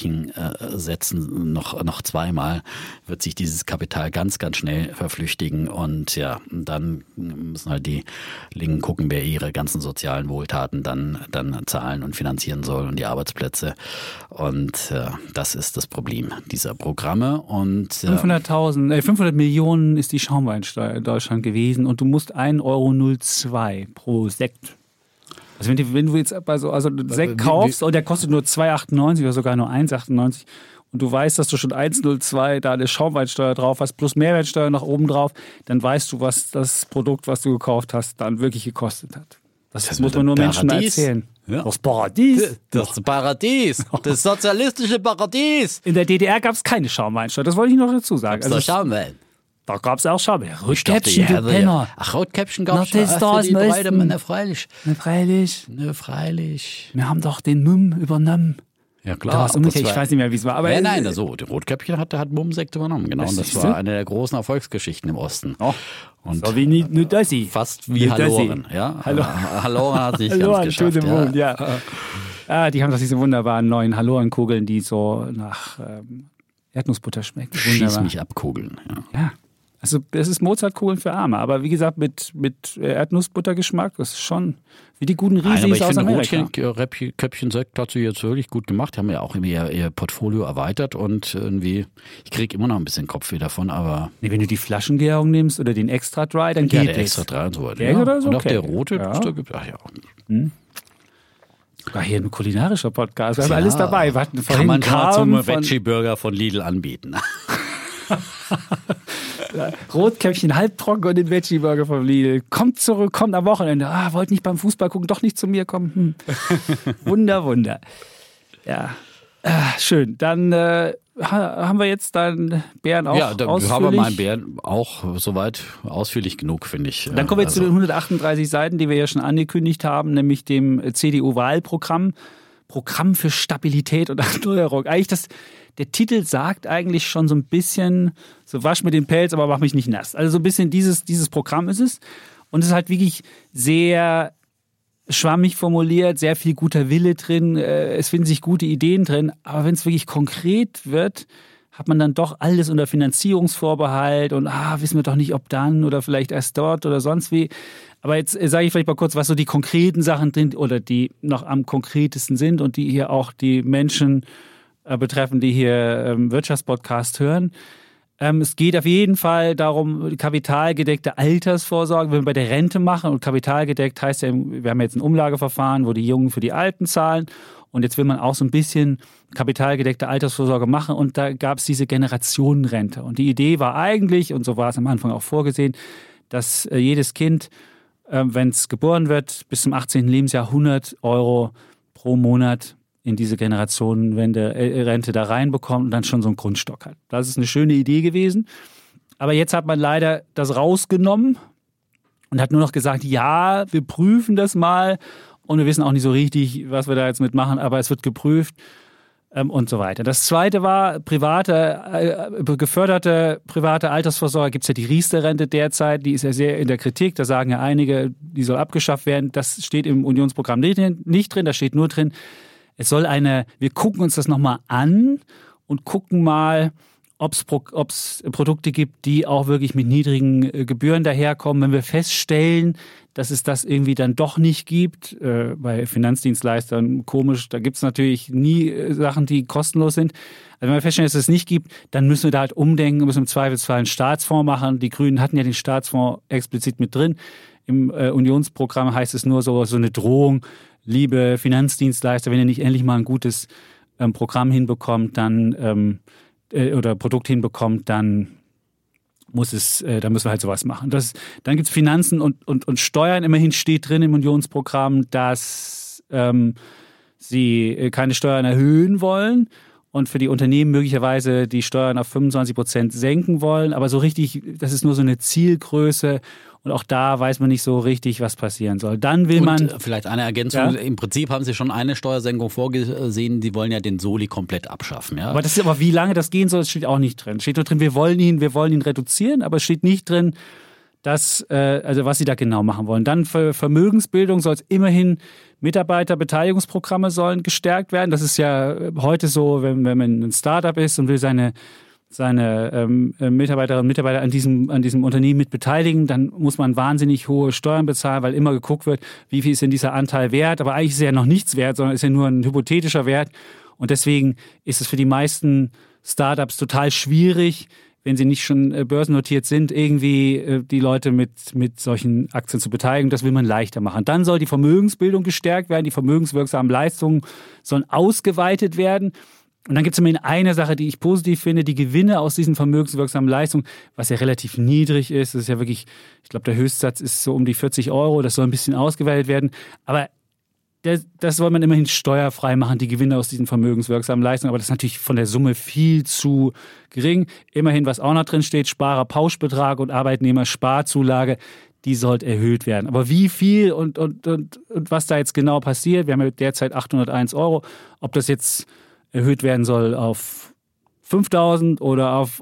Sätzen noch zweimal wird sich dieses Kapital ganz, ganz schnell verflüchtigen. Und ja, dann müssen halt die Linken gucken, wer ihre ganzen sozialen Wohltaten dann zahlen und finanzieren soll und die Arbeitsplätze. Und das ist das Problem dieser Programme. Und 500 Millionen ist die Schaumweinsteuer in Deutschland gewesen und du musst 1,02 € pro Sekt. Also wenn du jetzt einen Sekt kaufst und der kostet nur 2,98 oder sogar nur 1,98 und du weißt, dass du schon 1,02 da eine Schaumweinsteuer drauf hast, plus Mehrwertsteuer noch oben drauf, dann weißt du, was das Produkt, was du gekauft hast, dann wirklich gekostet hat. Das muss man nur Menschen erzählen. Ja. Das Paradies. Das Paradies. Das sozialistische Paradies. In der DDR gab es keine Schaumweinsteuer, das wollte ich noch dazu sagen. Gab's Schaumwein? Da gab es auch Schaumwein. Rotkäppchen, du Penner. Ach, Rotkäppchen gab es für die Breite. Ne, freilich. Ne, freilich. Wir haben doch den Mumm übernommen. Ja, klar. Ich weiß nicht mehr, wie es war. Aber nein, die Rotkäppchen hat Mumm-Sekt übernommen. Genau. Und das war eine der großen Erfolgsgeschichten im Osten. Oh. Und so wie Nudassi. Fast wie Halloren. Ja? Halloren hat sich ganz geschafft. Die haben doch diese wunderbaren neuen Hallorenkugeln, die so nach Erdnussbutter schmecken. Schieß mich ab, Kugeln. Ja. Also es ist Mozartkugeln für Arme, aber wie gesagt mit Erdnussbuttergeschmack, das ist schon wie die guten Risis aus Amerika. Rotkäppchen-Sekt hat sie jetzt wirklich gut gemacht, haben ja auch immer ihr Portfolio erweitert und irgendwie, ich kriege immer noch ein bisschen Kopfweh davon, aber... Nee, wenn du die Flaschengärung nimmst oder den Extra Dry, dann geht der Extra Dry und so weiter. Ja. Oder so, und auch der rote, Sogar hier ein kulinarischer Podcast, wir haben alles dabei. Kann man schon mal zum Veggie-Burger von Lidl anbieten. Rotkäppchen halbtrocken und den Veggie-Burger vom Lidl. Kommt zurück, kommt am Wochenende. Wollt nicht beim Fußball gucken, doch nicht zu mir kommen. Wunder. Ja, schön. Dann haben wir jetzt dann Bären auch ausführlich. Ja, dann haben wir meinen Bären auch soweit ausführlich genug, finde ich. Dann kommen wir jetzt zu den 138 Seiten, die wir ja schon angekündigt haben, nämlich dem CDU-Wahlprogramm. Programm für Stabilität und Erneuerung. Eigentlich der Titel sagt eigentlich schon so ein bisschen, so wasch mir den Pelz, aber mach mich nicht nass. Also so ein bisschen dieses Programm ist es. Und es ist halt wirklich sehr schwammig formuliert, sehr viel guter Wille drin. Es finden sich gute Ideen drin. Aber wenn es wirklich konkret wird, hat man dann doch alles unter Finanzierungsvorbehalt und wissen wir doch nicht, ob dann oder vielleicht erst dort oder sonst wie. Aber jetzt sage ich vielleicht mal kurz, was so die konkreten Sachen drin oder die noch am konkretesten sind und die hier auch die Menschen betreffen, die hier Wirtschaftspodcast hören. Es geht auf jeden Fall darum, kapitalgedeckte Altersvorsorge, wenn wir bei der Rente machen. Und kapitalgedeckt heißt ja, wir haben jetzt ein Umlageverfahren, wo die Jungen für die Alten zahlen. Und jetzt will man auch so ein bisschen kapitalgedeckte Altersvorsorge machen. Und da gab es diese Generationenrente. Und die Idee war eigentlich, und so war es am Anfang auch vorgesehen, dass jedes Kind, wenn es geboren wird, bis zum 18. Lebensjahr 100 € pro Monat in diese Generationenrente da reinbekommt und dann schon so einen Grundstock hat. Das ist eine schöne Idee gewesen. Aber jetzt hat man leider das rausgenommen und hat nur noch gesagt, ja, wir prüfen das mal und wir wissen auch nicht so richtig, was wir da jetzt mitmachen, aber es wird geprüft und so weiter. Das Zweite war geförderte private Altersvorsorge. Gibt es ja die Riester-Rente derzeit, die ist ja sehr in der Kritik. Da sagen ja einige, die soll abgeschafft werden. Das steht im Unionsprogramm nicht drin, da steht nur drin, wir gucken uns das nochmal an und gucken mal, ob es Produkte gibt, die auch wirklich mit niedrigen Gebühren daherkommen. Wenn wir feststellen, dass es das irgendwie dann doch nicht gibt, bei Finanzdienstleistern komisch, da gibt es natürlich nie Sachen, die kostenlos sind. Also wenn wir feststellen, dass es das nicht gibt, dann müssen wir da halt umdenken, müssen im Zweifelsfall einen Staatsfonds machen. Die Grünen hatten ja den Staatsfonds explizit mit drin. Im Unionsprogramm heißt es nur so eine Drohung, liebe Finanzdienstleister, wenn ihr nicht endlich mal ein gutes Programm hinbekommt, dann oder Produkt hinbekommt, dann müssen wir halt sowas machen. Dann gibt es Finanzen und Steuern. Immerhin steht drin im Unionsprogramm, dass sie keine Steuern erhöhen wollen und für die Unternehmen möglicherweise die Steuern auf 25% senken wollen. Aber so richtig, das ist nur so eine Zielgröße. Und auch da weiß man nicht so richtig, was passieren soll. Dann will man... Vielleicht eine Ergänzung. Ja? Im Prinzip haben Sie schon eine Steuersenkung vorgesehen. Sie wollen ja den Soli komplett abschaffen. Ja? Aber wie lange das gehen soll, das steht auch nicht drin. Es steht nur drin, wir wollen ihn reduzieren, aber es steht nicht drin, was Sie da genau machen wollen. Dann für Vermögensbildung soll es immerhin Mitarbeiterbeteiligungsprogramme sollen gestärkt werden. Das ist ja heute so, wenn man ein Startup ist und will seine Mitarbeiterinnen und Mitarbeiter an diesem Unternehmen mit beteiligen, dann muss man wahnsinnig hohe Steuern bezahlen, weil immer geguckt wird, wie viel ist denn dieser Anteil wert. Aber eigentlich ist er ja noch nichts wert, sondern ist ja nur ein hypothetischer Wert. Und deswegen ist es für die meisten Startups total schwierig, wenn sie nicht schon börsennotiert sind, irgendwie die Leute mit solchen Aktien zu beteiligen. Das will man leichter machen. Dann soll die Vermögensbildung gestärkt werden, die vermögenswirksamen Leistungen sollen ausgeweitet werden. Und dann gibt es immerhin eine Sache, die ich positiv finde, die Gewinne aus diesen vermögenswirksamen Leistungen, was ja relativ niedrig ist. Das ist ja wirklich, ich glaube, der Höchstsatz ist so um die 40 €. Das soll ein bisschen ausgeweitet werden. Aber das soll man immerhin steuerfrei machen, die Gewinne aus diesen vermögenswirksamen Leistungen. Aber das ist natürlich von der Summe viel zu gering. Immerhin, was auch noch drin steht, Sparerpauschbetrag und Arbeitnehmersparzulage, die sollte erhöht werden. Aber wie viel und was da jetzt genau passiert, wir haben ja derzeit 801 €, ob das jetzt erhöht werden soll auf 5.000 oder auf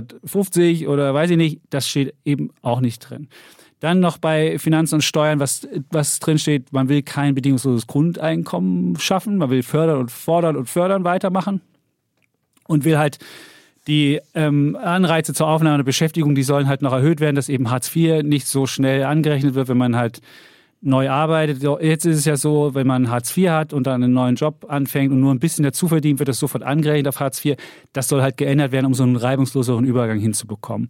850 oder weiß ich nicht, das steht eben auch nicht drin. Dann noch bei Finanzen und Steuern, was drin steht, man will kein bedingungsloses Grundeinkommen schaffen, man will fördern und fordern und fördern weitermachen und will halt die Anreize zur Aufnahme und Beschäftigung, die sollen halt noch erhöht werden, dass eben Hartz IV nicht so schnell angerechnet wird, wenn man halt neu arbeitet. Jetzt ist es ja so, wenn man Hartz IV hat und dann einen neuen Job anfängt und nur ein bisschen dazu verdient, wird das sofort angerechnet auf Hartz IV. Das soll halt geändert werden, um so einen reibungsloseren Übergang hinzubekommen.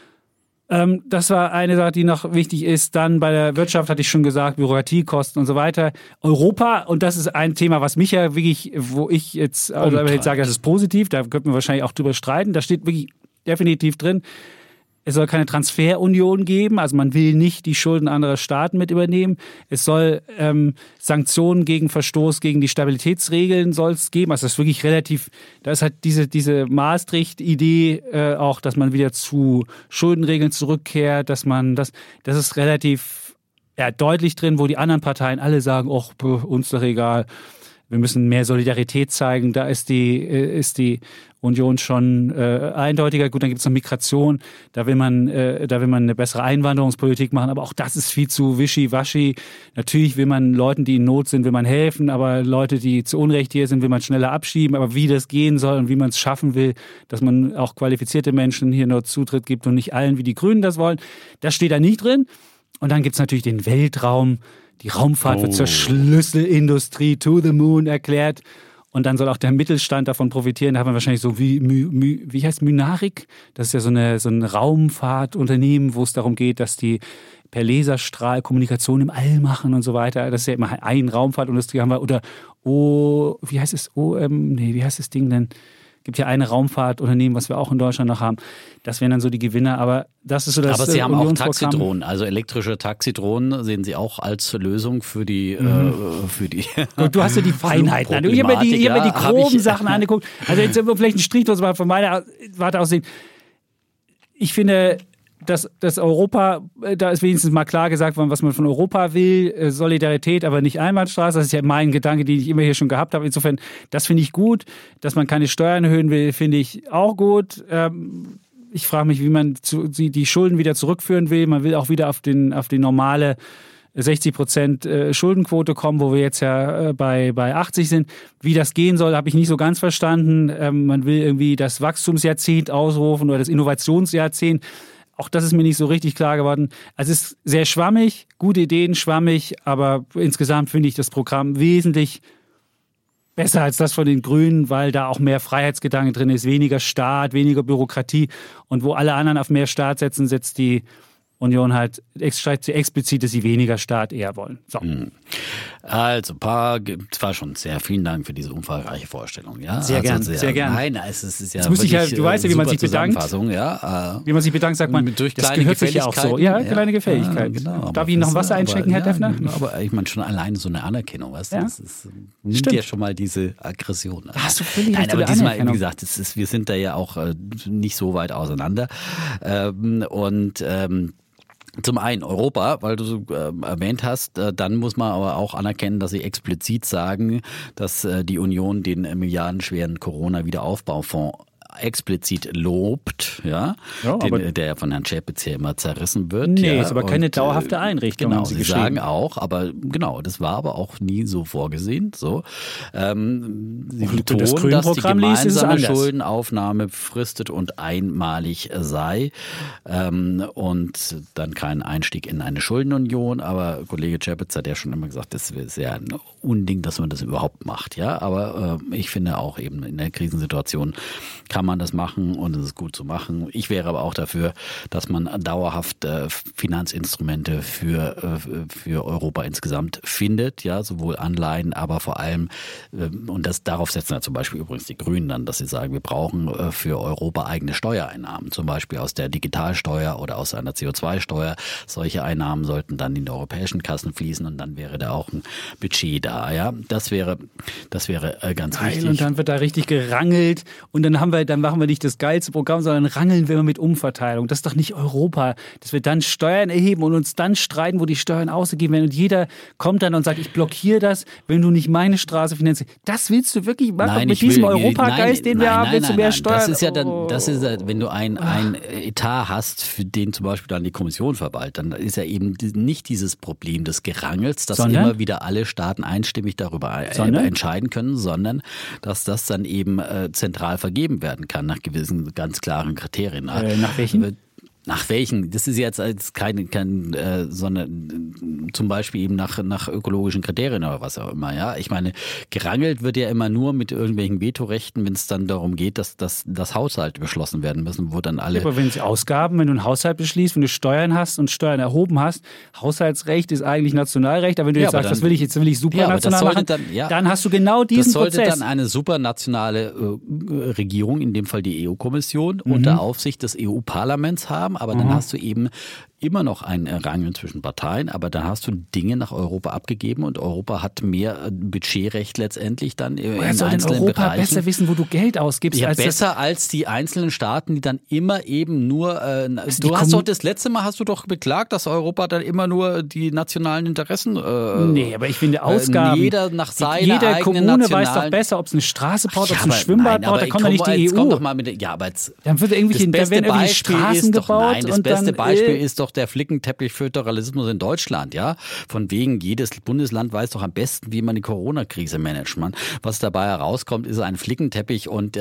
Das war eine Sache, die noch wichtig ist. Dann bei der Wirtschaft hatte ich schon gesagt, Bürokratiekosten und so weiter. Europa, und das ist ein Thema, was mich ja wirklich, wo ich jetzt sage, das ist positiv, da könnten wir wahrscheinlich auch drüber streiten. Da steht wirklich definitiv drin, es soll keine Transferunion geben, also man will nicht die Schulden anderer Staaten mit übernehmen. Es soll Sanktionen gegen Verstoß gegen die Stabilitätsregeln soll es geben. Also das ist wirklich relativ, da ist halt diese Maastricht-Idee auch, dass man wieder zu Schuldenregeln zurückkehrt, dass man das ist relativ deutlich drin, wo die anderen Parteien alle sagen, ach, uns doch egal. Wir müssen mehr Solidarität zeigen. Da ist die Union schon eindeutiger. Gut, dann gibt es noch Migration. Da will man eine bessere Einwanderungspolitik machen. Aber auch das ist viel zu wischiwaschi. Natürlich will man Leuten, die in Not sind, will man helfen. Aber Leute, die zu Unrecht hier sind, will man schneller abschieben. Aber wie das gehen soll und wie man es schaffen will, dass man auch qualifizierte Menschen hier nur Zutritt gibt und nicht allen, wie die Grünen das wollen, das steht da nicht drin. Und dann gibt es natürlich den Weltraum. Die Raumfahrt wird zur Schlüsselindustrie to the moon erklärt. Und dann soll auch der Mittelstand davon profitieren. Da hat man wahrscheinlich so wie heißt Mynaric? Das ist ja so ein Raumfahrtunternehmen, wo es darum geht, dass die per Laserstrahl Kommunikation im All machen und so weiter. Das ist ja immer ein Raumfahrtindustrie haben wir. Oder wie heißt es? Wie heißt das Ding denn? Gibt ja eine Raumfahrtunternehmen, was wir auch in Deutschland noch haben. Das wären dann so die Gewinner. Aber das ist so das. Aber Sie haben auch Taxidrohnen, also elektrische Taxidrohnen sehen Sie auch als Lösung für die. Gut, du hast ja die Feinheiten. Ich habe mir die groben Sachen angeguckt. Also jetzt vielleicht ein Strich, was wir von meiner Warte aus sehen. Ich finde, dass Europa, da ist wenigstens mal klar gesagt worden, was man von Europa will. Solidarität, aber nicht Einbahnstraße. Das ist ja mein Gedanke, den ich immer hier schon gehabt habe. Insofern, das finde ich gut. Dass man keine Steuern erhöhen will, finde ich auch gut. Ich frage mich, wie man die Schulden wieder zurückführen will. Man will auch wieder auf die normale 60% Schuldenquote kommen, wo wir jetzt ja bei 80 sind. Wie das gehen soll, habe ich nicht so ganz verstanden. Man will irgendwie das Wachstumsjahrzehnt ausrufen oder das Innovationsjahrzehnt. Auch das ist mir nicht so richtig klar geworden. Also es ist sehr schwammig, gute Ideen, schwammig, aber insgesamt finde ich das Programm wesentlich besser als das von den Grünen, weil da auch mehr Freiheitsgedanke drin ist, weniger Staat, weniger Bürokratie. Und wo alle anderen auf mehr Staat setzen, setzt die Union halt schreibt sie explizit, dass sie weniger Staat eher wollen. So. Also, zwar schon sehr vielen Dank für diese umfangreiche Vorstellung. Ja? Sehr gern, sehr gern. Nein, es ist ja wirklich, du weißt ja, wie man sich bedankt. Ja, wie man sich bedankt, sagt man, durch das gehört sich ja auch so. Ja, kleine Gefälligkeit. Genau, darf ich Ihnen noch Wasser einschenken, Herr Deffner? Genau, aber ich meine schon alleine so eine Anerkennung, weißt du? Ja? Das nimmt ja schon mal diese Aggression. Hast du völlig Nein, recht, aber diesmal, Anerkennung. wie gesagt, wir sind da ja auch nicht so weit auseinander. Zum einen Europa, weil du so erwähnt hast, dann muss man aber auch anerkennen, dass sie explizit sagen, dass die Union den milliardenschweren Corona-Wiederaufbaufonds explizit lobt, ja, der von Herrn Schäpitz hier immer zerrissen wird. Nee, ja, ist aber keine dauerhafte Einrichtung. Genau, sie sagen auch, aber genau, das war aber auch nie so vorgesehen. So, sie betonen, dass die gemeinsame Schuldenaufnahme befristet und einmalig sei und dann kein Einstieg in eine Schuldenunion. Aber Kollege Schäpitz hat ja schon immer gesagt, das ist ja ein Unding, dass man das überhaupt macht. Ja, aber ich finde auch eben in der Krisensituation kann man das machen und es ist gut zu machen. Ich wäre aber auch dafür, dass man dauerhaft Finanzinstrumente für Europa insgesamt findet, ja, sowohl Anleihen, aber vor allem, und darauf setzen ja zum Beispiel übrigens die Grünen dann, dass sie sagen, wir brauchen für Europa eigene Steuereinnahmen, zum Beispiel aus der Digitalsteuer oder aus einer CO2-Steuer. Solche Einnahmen sollten dann in die europäischen Kassen fließen und dann wäre da auch ein Budget da, ja. Das wäre ganz wichtig. Und dann wird da richtig gerangelt und dann machen wir nicht das geilste Programm, sondern rangeln wir mit Umverteilung. Das ist doch nicht Europa, dass wir dann Steuern erheben und uns dann streiten, wo die Steuern ausgegeben werden. Und jeder kommt dann und sagt, ich blockiere das, wenn du nicht meine Straße finanzierst. Das willst du wirklich machen? Nein, mit diesem Europageist, den wir haben, willst du mehr Steuern? Das ist ja wenn du ein Etat hast, für den zum Beispiel dann die Kommission verwaltet, dann ist ja eben nicht dieses Problem des Gerangels, dass immer wieder alle Staaten einstimmig darüber entscheiden können, sondern dass das dann eben zentral vergeben werden kann nach gewissen ganz klaren Kriterien. Nach welchen? Nach welchen? Das ist jetzt sondern zum Beispiel eben nach ökologischen Kriterien oder was auch immer. Ja, ich meine, gerangelt wird ja immer nur mit irgendwelchen Vetorechten, wenn es dann darum geht, dass Haushalte beschlossen werden müssen, wo dann alle. Aber wenn du einen Haushalt beschließt, wenn du Steuern hast und Steuern erhoben hast, Haushaltsrecht ist eigentlich Nationalrecht. Aber wenn du jetzt sagst, das will ich supranational machen, dann hast du genau diesen Prozess. Das sollte dann eine supranationale Regierung, in dem Fall die EU-Kommission, unter Aufsicht des EU-Parlaments haben. Aber dann hast du eben immer noch ein Rangeln zwischen Parteien, aber dann hast du Dinge nach Europa abgegeben und Europa hat mehr Budgetrecht letztendlich dann in einzelnen Europa Bereichen. Besser wissen, wo du Geld ausgibst. Ja, besser als die einzelnen Staaten, die dann immer eben nur. Das letzte Mal hast du doch beklagt, dass Europa dann immer nur die nationalen Interessen. Nee, aber ich finde Ausgaben. Jeder nach seiner jede eigenen Kommune weiß doch besser, ob es eine Straße baut, ob es ein Schwimmbad baut. Da kommt doch nicht die EU. Komm doch mal mit, ja, aber jetzt. Dann wird da werden irgendwie Straßen gebaut. Das beste Beispiel ist doch der Flickenteppich-Föderalismus in Deutschland, ja. Von wegen, jedes Bundesland weiß doch am besten, wie man die Corona-Krise managt. Was dabei herauskommt, ist ein Flickenteppich und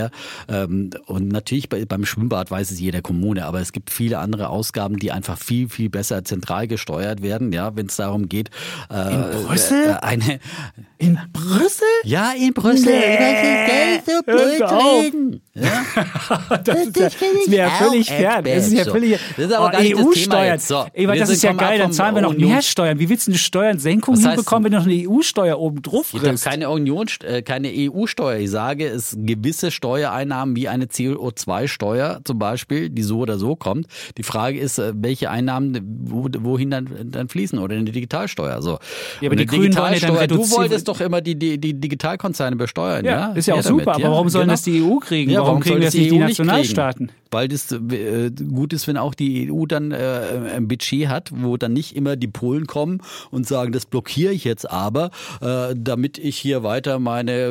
und natürlich beim Schwimmbad weiß es jede Kommune, aber es gibt viele andere Ausgaben, die einfach viel, viel besser zentral gesteuert werden, ja, wenn es darum geht. In Brüssel? In Brüssel? Ja, in Brüssel. Nee. So blöd reden. Ja? Das ist mir ja völlig fern. Das ist ja völlig. Das ist aber gar nicht EU-Steuern. So, das ist ja geil, dann zahlen wir noch mehr Steuern. Wie willst du eine Steuersenkung hinbekommen, wenn du noch eine EU-Steuer oben drauf kriegst? Keine EU-Steuer. Ich sage, es gewisse Steuereinnahmen wie eine CO2-Steuer zum Beispiel, die so oder so kommt. Die Frage ist, welche Einnahmen wohin dann fließen oder eine Digitalsteuer. So. Ja, aber die Grünen wollen ja dann reduzieren. Du wolltest doch immer die Digitalkonzerne besteuern. Ja, ist ja auch super, aber warum sollen das die EU kriegen? Ja, warum kriegen das nicht die Nationalstaaten? Weil das gut ist, wenn auch die EU dann ein Budget hat, wo dann nicht immer die Polen kommen und sagen, das blockiere ich jetzt aber, damit ich hier weiter meine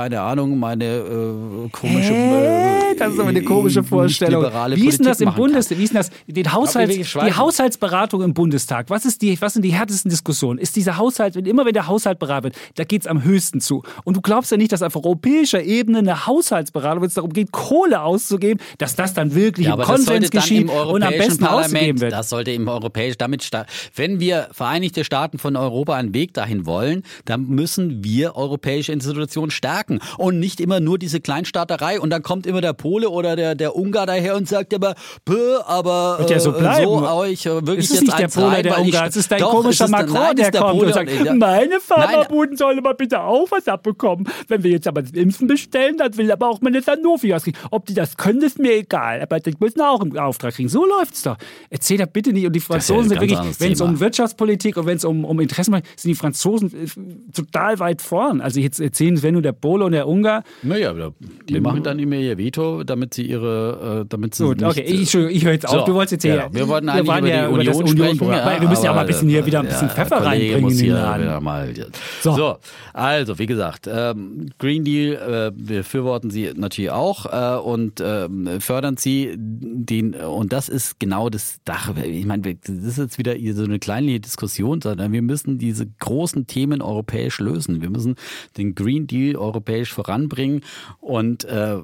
komische das ist aber eine komische Vorstellung. Wie ist denn das im Bundestag? Wie ist denn das? Die Haushaltsberatung im Bundestag. Was sind die härtesten Diskussionen? Ist dieser Haushalt, wenn der Haushalt beraten wird, da geht es am höchsten zu. Und du glaubst ja nicht, dass auf europäischer Ebene eine Haushaltsberatung, wenn es darum geht, geht, Kohle auszugeben, dass das dann wirklich im Konsens geschieht und am besten ausgegeben wird. Das sollte im europäischen, wenn wir Vereinigte Staaten von Europa einen Weg dahin wollen, dann müssen wir europäische Institutionen stärken und nicht immer nur diese Kleinstaaterei und dann kommt immer der Pole oder der Ungar daher und sagt aber aber wird ja so bleiben. So euch wirklich es ist jetzt nicht der Pole rein, der Ungar, es ist dein komischer Macron, der kommt und sagt, meine Pharmabuden sollen aber bitte auch was abbekommen. Wenn wir jetzt aber das Impfen bestellen, dann will aber auch meine Sanofi was kriegen. Ob die das können, ist mir egal. Aber die müssen auch einen Auftrag kriegen. So läuft's doch. Erzähl da bitte nicht. Und die Franzosen sind wirklich, wenn es um Wirtschaftspolitik und wenn es um Interessen geht, sind die Franzosen total weit vorn. Also jetzt erzählen es, wenn nur der Pole und der Ungar. Naja, die machen dann immer ihr Veto, damit sie Gut, okay, ich höre jetzt auf. Du wolltest jetzt wir wollten eigentlich über die Union sprechen. Wir müssen ja auch mal ein bisschen hier wieder ein bisschen Pfeffer reinbringen in den Laden. So, also wie gesagt, Green Deal befürworten sie natürlich auch und fördern sie den, und das ist genau das Dach. Ich meine, das ist jetzt wieder so eine kleine Diskussion, sondern wir müssen diese großen Themen europäisch lösen. Wir müssen den Green Deal europäisch voranbringen und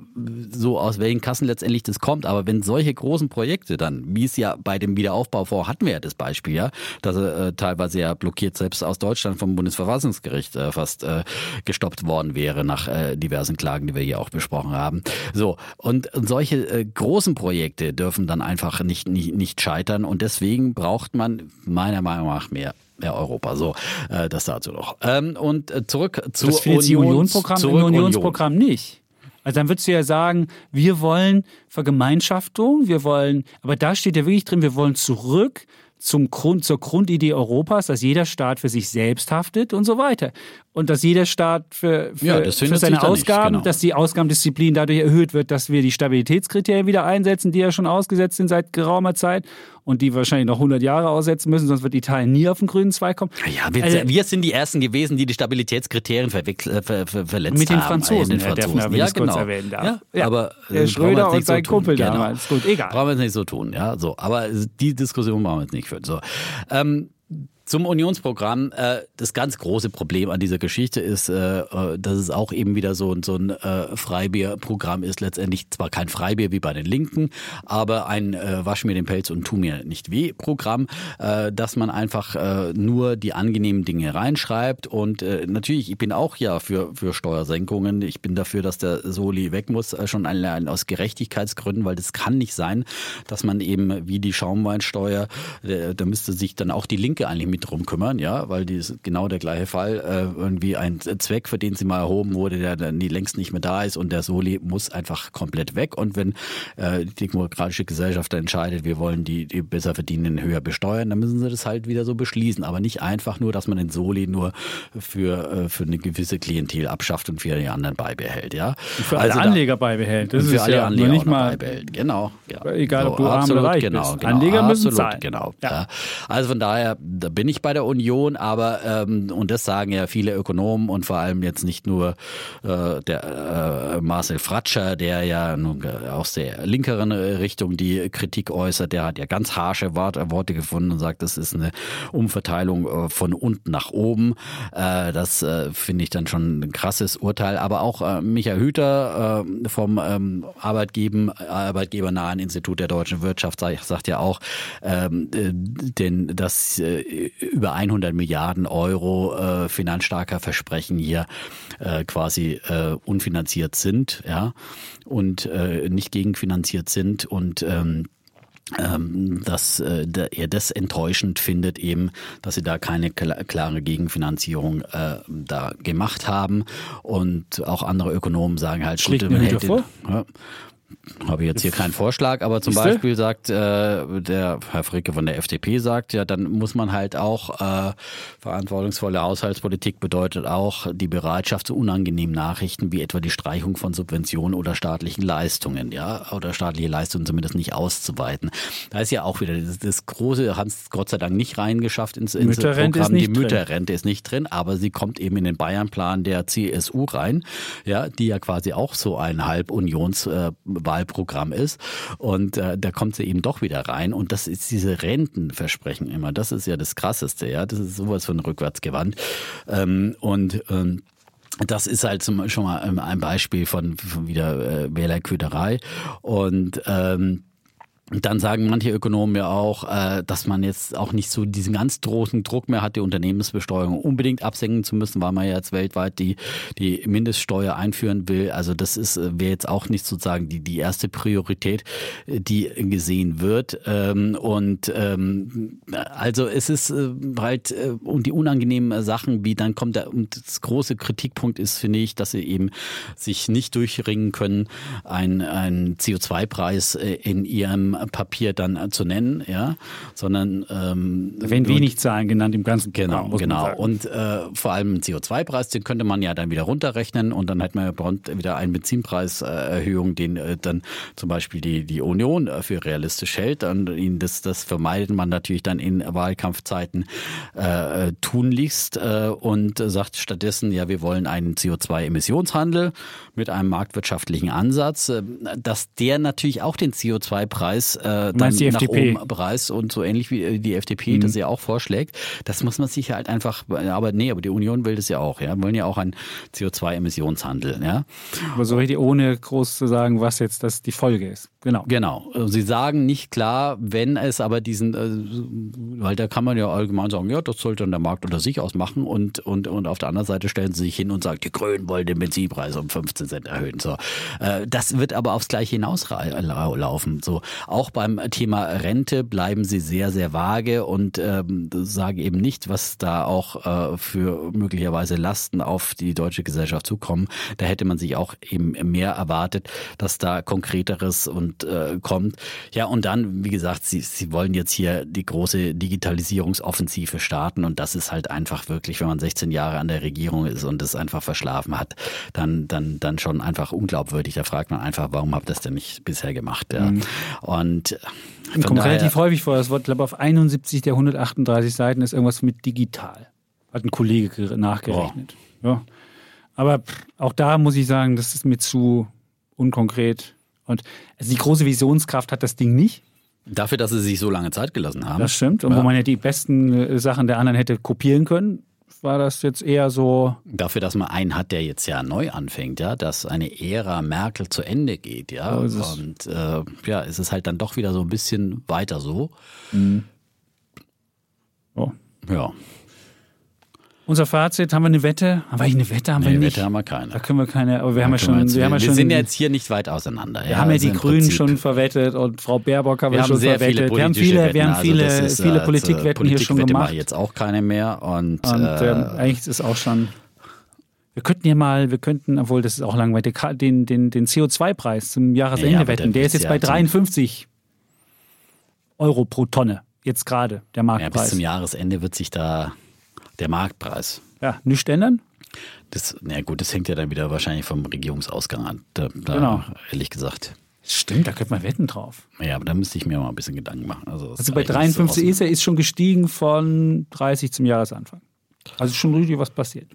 so aus welchen Kassen letztendlich das kommt. Aber wenn solche großen Projekte dann, wie es ja bei dem Wiederaufbaufonds hatten wir ja das Beispiel, ja, dass er teilweise ja blockiert selbst aus Deutschland vom Bundesverfassungsgericht fast gestoppt worden wäre nach diversen Klagen, die wir hier auch besprochen haben. So, und solche großen Projekte dürfen dann einfach nicht scheitern und deswegen braucht man meiner Meinung nach mehr Europa. So, das dazu noch. Und zurück zu Unionsprogramm nicht. Also dann würdest du ja sagen, wir wollen Vergemeinschaftung, aber da steht ja wirklich drin, wir wollen zurück zur Grundidee Europas, dass jeder Staat für sich selbst haftet und so weiter. Und dass jeder Staat für seine Ausgaben, genau, dass die Ausgabendisziplin dadurch erhöht wird, dass wir die Stabilitätskriterien wieder einsetzen, die ja schon ausgesetzt sind seit geraumer Zeit und die wahrscheinlich noch 100 Jahre aussetzen müssen, sonst wird Italien nie auf den grünen Zweig kommen. Ja, wir sind die Ersten gewesen, die Stabilitätskriterien verletzt haben. Mit den Franzosen, Herr Deffner, wenn ich es kurz erwähnen darf. Ja, aber der Schröder und sein Kumpel damals. Gut, egal. Brauchen wir es nicht so tun, ja. So, aber die Diskussion brauchen wir jetzt nicht führen. So. Zum Unionsprogramm, das ganz große Problem an dieser Geschichte ist, dass es auch eben wieder so ein Freibierprogramm ist, letztendlich zwar kein Freibier wie bei den Linken, aber ein Wasch mir den Pelz und tu mir nicht weh Programm, dass man einfach nur die angenehmen Dinge reinschreibt und natürlich, ich bin auch ja für Steuersenkungen, ich bin dafür, dass der Soli weg muss, schon allein aus Gerechtigkeitsgründen, weil das kann nicht sein, dass man eben wie die Schaumweinsteuer, da müsste sich dann auch die Linke eigentlich mit drum kümmern, ja, weil die ist genau der gleiche Fall, irgendwie ein Zweck, für den sie mal erhoben wurde, der dann längst nicht mehr da ist und der Soli muss einfach komplett weg und wenn die demokratische Gesellschaft entscheidet, wir wollen die besser verdienenden höher besteuern, dann müssen sie das halt wieder so beschließen, aber nicht einfach nur, dass man den Soli nur für eine gewisse Klientel abschafft und für die anderen beibehält, ja. Und für alle Anleger beibehält. Das ist für alle Anleger nicht mal beibehält, genau. Ja. Egal, so, ob du arm oder reich bist. Anleger müssen zahlen. Genau. Ja. Also von daher, da bin ich bei der Union, aber und das sagen ja viele Ökonomen und vor allem jetzt nicht nur der Marcel Fratscher, der ja nun aus der linkeren Richtung die Kritik äußert, der hat ja ganz harsche Worte gefunden und sagt, das ist eine Umverteilung von unten nach oben. Das finde ich dann schon ein krasses Urteil, aber auch Michael Hüter vom arbeitgebernahen Institut der deutschen Wirtschaft sagt ja auch, denn dass über 100 Milliarden Euro finanzstarker Versprechen hier quasi unfinanziert sind, ja, und nicht gegenfinanziert sind und dass er das enttäuschend findet eben, dass sie da keine klare Gegenfinanzierung da gemacht haben und auch andere Ökonomen sagen halt, schlägt mir Hüter vor? Ja, habe ich jetzt hier keinen Vorschlag, aber zum Beispiel sagt der Herr Fricke von der FDP sagt, ja, dann muss man halt auch verantwortungsvolle Haushaltspolitik bedeutet auch die Bereitschaft zu unangenehmen Nachrichten, wie etwa die Streichung von Subventionen oder staatlichen Leistungen, ja, oder staatliche Leistungen zumindest nicht auszuweiten. Da ist ja auch wieder das große, haben es Gott sei Dank nicht reingeschafft ins Programm. Die Mütterrente ist nicht drin, aber sie kommt eben in den Bayern-Plan der CSU rein, ja, die ja quasi auch so ein Halb-Unions-Wahlprogramm ist und da kommt sie eben doch wieder rein und das ist diese Rentenversprechen immer, das ist ja das Krasseste, ja, das ist sowas von rückwärtsgewandt Das ist halt schon mal ein Beispiel von wieder Wählerköderei. Und dann sagen manche Ökonomen ja auch, dass man jetzt auch nicht so diesen ganz großen Druck mehr hat, die Unternehmensbesteuerung unbedingt absenken zu müssen, weil man ja jetzt weltweit die Mindeststeuer einführen will. Also das wäre jetzt auch nicht sozusagen die erste Priorität, die gesehen wird. Also es ist halt und die unangenehmen Sachen, wie dann kommt und das große Kritikpunkt ist, finde ich, dass sie eben sich nicht durchringen können, einen CO2-Preis in ihrem Papier dann zu nennen, ja, sondern werden wenig Zahlen genannt im ganzen Programm, genau. Und vor allem einen CO2-Preis, den könnte man ja dann wieder runterrechnen und dann hat man ja wieder eine Benzinpreiserhöhung, den dann zum Beispiel die Union für realistisch hält und ihnen das vermeidet man natürlich dann in Wahlkampfzeiten tunlichst und sagt stattdessen, ja, wir wollen einen CO2-Emissionshandel mit einem marktwirtschaftlichen Ansatz, dass der natürlich auch den CO2-Preis dann nach oben preist und so ähnlich wie die FDP das ja auch vorschlägt. Das muss man sich halt einfach, aber die Union will das ja auch, ja, wollen ja auch einen CO2-Emissionshandel, ja. Aber so richtig ohne groß zu sagen, was jetzt das die Folge ist. Genau. Sie sagen nicht klar, wenn es aber weil da kann man ja allgemein sagen, ja, das sollte dann der Markt unter sich ausmachen und auf der anderen Seite stellen sie sich hin und sagen, die Grünen wollen den Benzinpreis um 15 Cent erhöhen. So, das wird aber aufs Gleiche hinauslaufen. So, auch beim Thema Rente bleiben sie sehr, sehr vage und sagen eben nicht, was da auch für möglicherweise Lasten auf die deutsche Gesellschaft zukommen. Da hätte man sich auch eben mehr erwartet, dass da Konkreteres und kommt. Ja, und dann, wie gesagt, sie wollen jetzt hier die große Digitalisierungsoffensive starten und das ist halt einfach wirklich, wenn man 16 Jahre an der Regierung ist und es einfach verschlafen hat, dann schon einfach unglaubwürdig. Da fragt man einfach, warum habt ihr das denn nicht bisher gemacht? Ja. Und kommt relativ häufig vor, das Wort, glaube ich, auf 71 der 138 Seiten ist irgendwas mit digital. Hat ein Kollege nachgerechnet. Ja. Aber auch da muss ich sagen, das ist mir zu unkonkret. Und also die große Visionskraft hat das Ding nicht. Dafür, dass sie sich so lange Zeit gelassen haben. Das stimmt. Und wo man ja die besten Sachen der anderen hätte kopieren können, war das jetzt eher so. Dafür, dass man einen hat, der jetzt ja neu anfängt, ja, dass eine Ära Merkel zu Ende geht, ja. So und es ist halt dann doch wieder so ein bisschen weiter so. Mhm. Oh. Ja. Unser Fazit, haben wir eine Wette? Haben wir eigentlich eine Wette? Haben wir nicht? Eine Wette haben wir keine. Da können wir keine, aber wir sind ja jetzt hier nicht weit auseinander. Wir haben ja die Grünen schon verwettet und Frau Baerbock haben wir schon verwettet. Wir haben viele Politikwetten hier schon gemacht. Mache jetzt auch keine mehr. Und eigentlich ist es auch schon. Wir könnten, obwohl das ist auch langweilig, den CO2-Preis zum Jahresende wetten. Der ist jetzt bei 53 Euro pro Tonne. Jetzt gerade, der Marktpreis. Ja, bis zum Jahresende wird sich da der Marktpreis. Ja, nichts ändern? Das hängt ja dann wieder wahrscheinlich vom Regierungsausgang an. Genau. Ehrlich gesagt. Stimmt, da könnte man wetten drauf. Ja, aber da müsste ich mir mal ein bisschen Gedanken machen. Also bei 53 ist schon gestiegen von 30 zum Jahresanfang. Also schon richtig was passiert.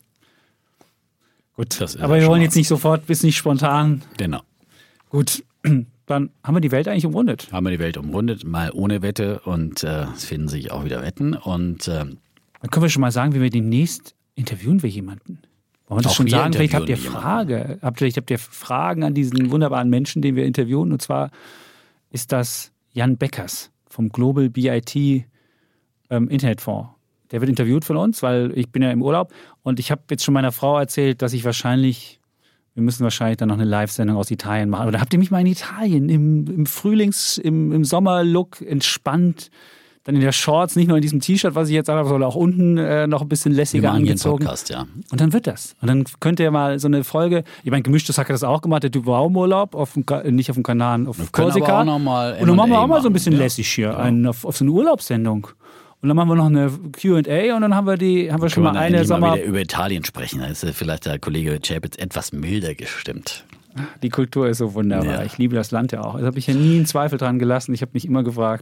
Gut, aber wir wollen jetzt nicht sofort, bis nicht spontan. Genau. Gut, dann haben wir die Welt eigentlich umrundet. Haben wir die Welt umrundet, mal ohne Wette und es finden sich auch wieder Wetten und dann können wir schon mal sagen, wie wir demnächst interviewen wir jemanden. Wollen wir das schon sagen? Vielleicht habt ihr Fragen an diesen wunderbaren Menschen, den wir interviewen. Und zwar ist das Jan Beckers vom Global BIT Internetfonds. Der wird interviewt von uns, weil ich bin ja im Urlaub. Und ich habe jetzt schon meiner Frau erzählt, dass wir müssen wahrscheinlich dann noch eine Live-Sendung aus Italien machen. Oder habt ihr mich mal in Italien im im Sommerlook entspannt, dann in der Shorts, nicht nur in diesem T-Shirt, was ich jetzt habe, sondern auch unten noch ein bisschen lässiger angezogen. Podcast, ja. Und dann wird das. Und dann könnt ihr mal so eine Folge, ich meine, Gemischtes Hack hat das auch gemacht, der Typ war auch im Urlaub, nicht auf dem Kanal, auf Korsika. Und dann machen wir auch mal so ein bisschen lässig hier, auf so eine Urlaubssendung. Und dann machen wir noch eine Q&A und dann haben wir schon mal eine Sommer... wieder über Italien sprechen. Da ist vielleicht der Kollege Chapitz etwas milder gestimmt. Die Kultur ist so wunderbar. Ja. Ich liebe das Land ja auch. Also habe ich ja nie einen Zweifel dran gelassen. Ich habe mich immer gefragt,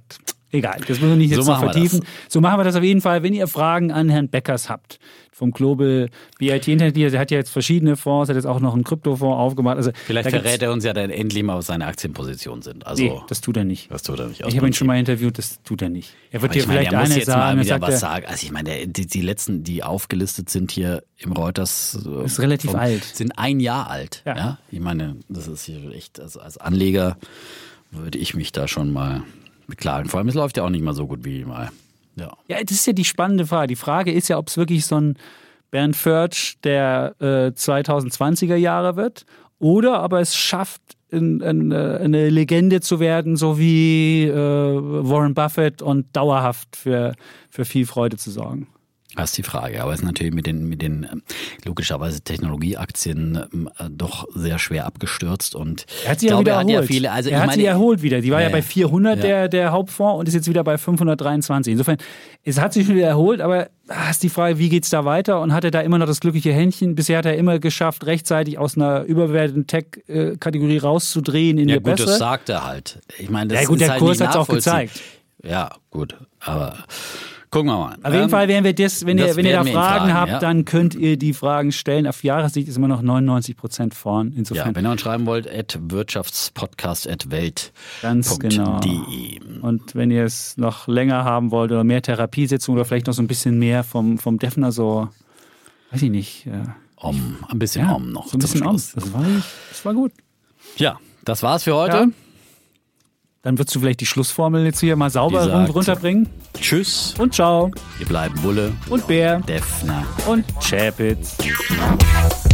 Egal, das müssen wir nicht jetzt So noch machen wir vertiefen. So machen wir das auf jeden Fall. Wenn ihr Fragen an Herrn Beckers habt, vom Global BIT Internet, der hat ja jetzt verschiedene Fonds, hat jetzt auch noch einen Kryptofonds aufgemacht. Also, Vielleicht verrät er uns ja dann endlich mal, was seine Aktienpositionen sind. Also, nee, das tut er nicht. Das tut er nicht. Ich habe ihn schon mal interviewt, das tut er nicht. Er wird aber dir vielleicht er muss eine jetzt sagen. mal wieder was er, sagen. Also ich meine, die letzten, die aufgelistet sind hier im Reuters, ist relativ alt. Sind 1 Jahr alt. Ja. Ja? Ich meine, das ist hier echt, also als Anleger würde ich mich da schon mal beklagen. Vor allem, es läuft ja auch nicht mal so gut wie mal. Ja, das ist ja die spannende Frage. Die Frage ist ja, ob es wirklich so ein Bernd Förtsch der 2020er Jahre wird oder ob er es schafft, eine Legende zu werden, so wie Warren Buffett und dauerhaft für viel Freude zu sorgen. Das ist die Frage. Aber es ist natürlich mit den logischerweise Technologieaktien doch sehr schwer abgestürzt. Und er hat sich ja wieder erholt. Ja viele, also er hat sie erholt wieder. Die war ja bei 400 ja. Der Hauptfonds und ist jetzt wieder bei 523. Insofern, es hat sich schon wieder erholt, aber ist die Frage, wie geht's da weiter? Und hat er da immer noch das glückliche Händchen? Bisher hat er immer geschafft, rechtzeitig aus einer überbewerteten Tech-Kategorie rauszudrehen in eine bessere. Ja gut, das sagt er halt. Ich meine, das ja gut, ist der halt Kurs nicht hat es auch gezeigt. Ja gut, aber gucken wir mal. Auf jeden Fall werden wir das, wenn ihr da Fragen habt, dann könnt ihr die Fragen stellen. Auf Jahressicht ist immer noch 99% vorn. Insofern. Ja, wenn ihr uns schreiben wollt, @wirtschaftspodcast@welt.de. Ganz genau. Und wenn ihr es noch länger haben wollt oder mehr Therapiesitzungen oder vielleicht noch so ein bisschen mehr vom Defner, so, weiß ich nicht. Ein bisschen noch. So ein bisschen das war gut. Ja, das war's für heute. Ja. Dann würdest du vielleicht die Schlussformel jetzt hier mal sauber runterbringen. Tschüss. Und ciao. Wir bleiben Bulle. Und Bär. Defner. Und Chapitz.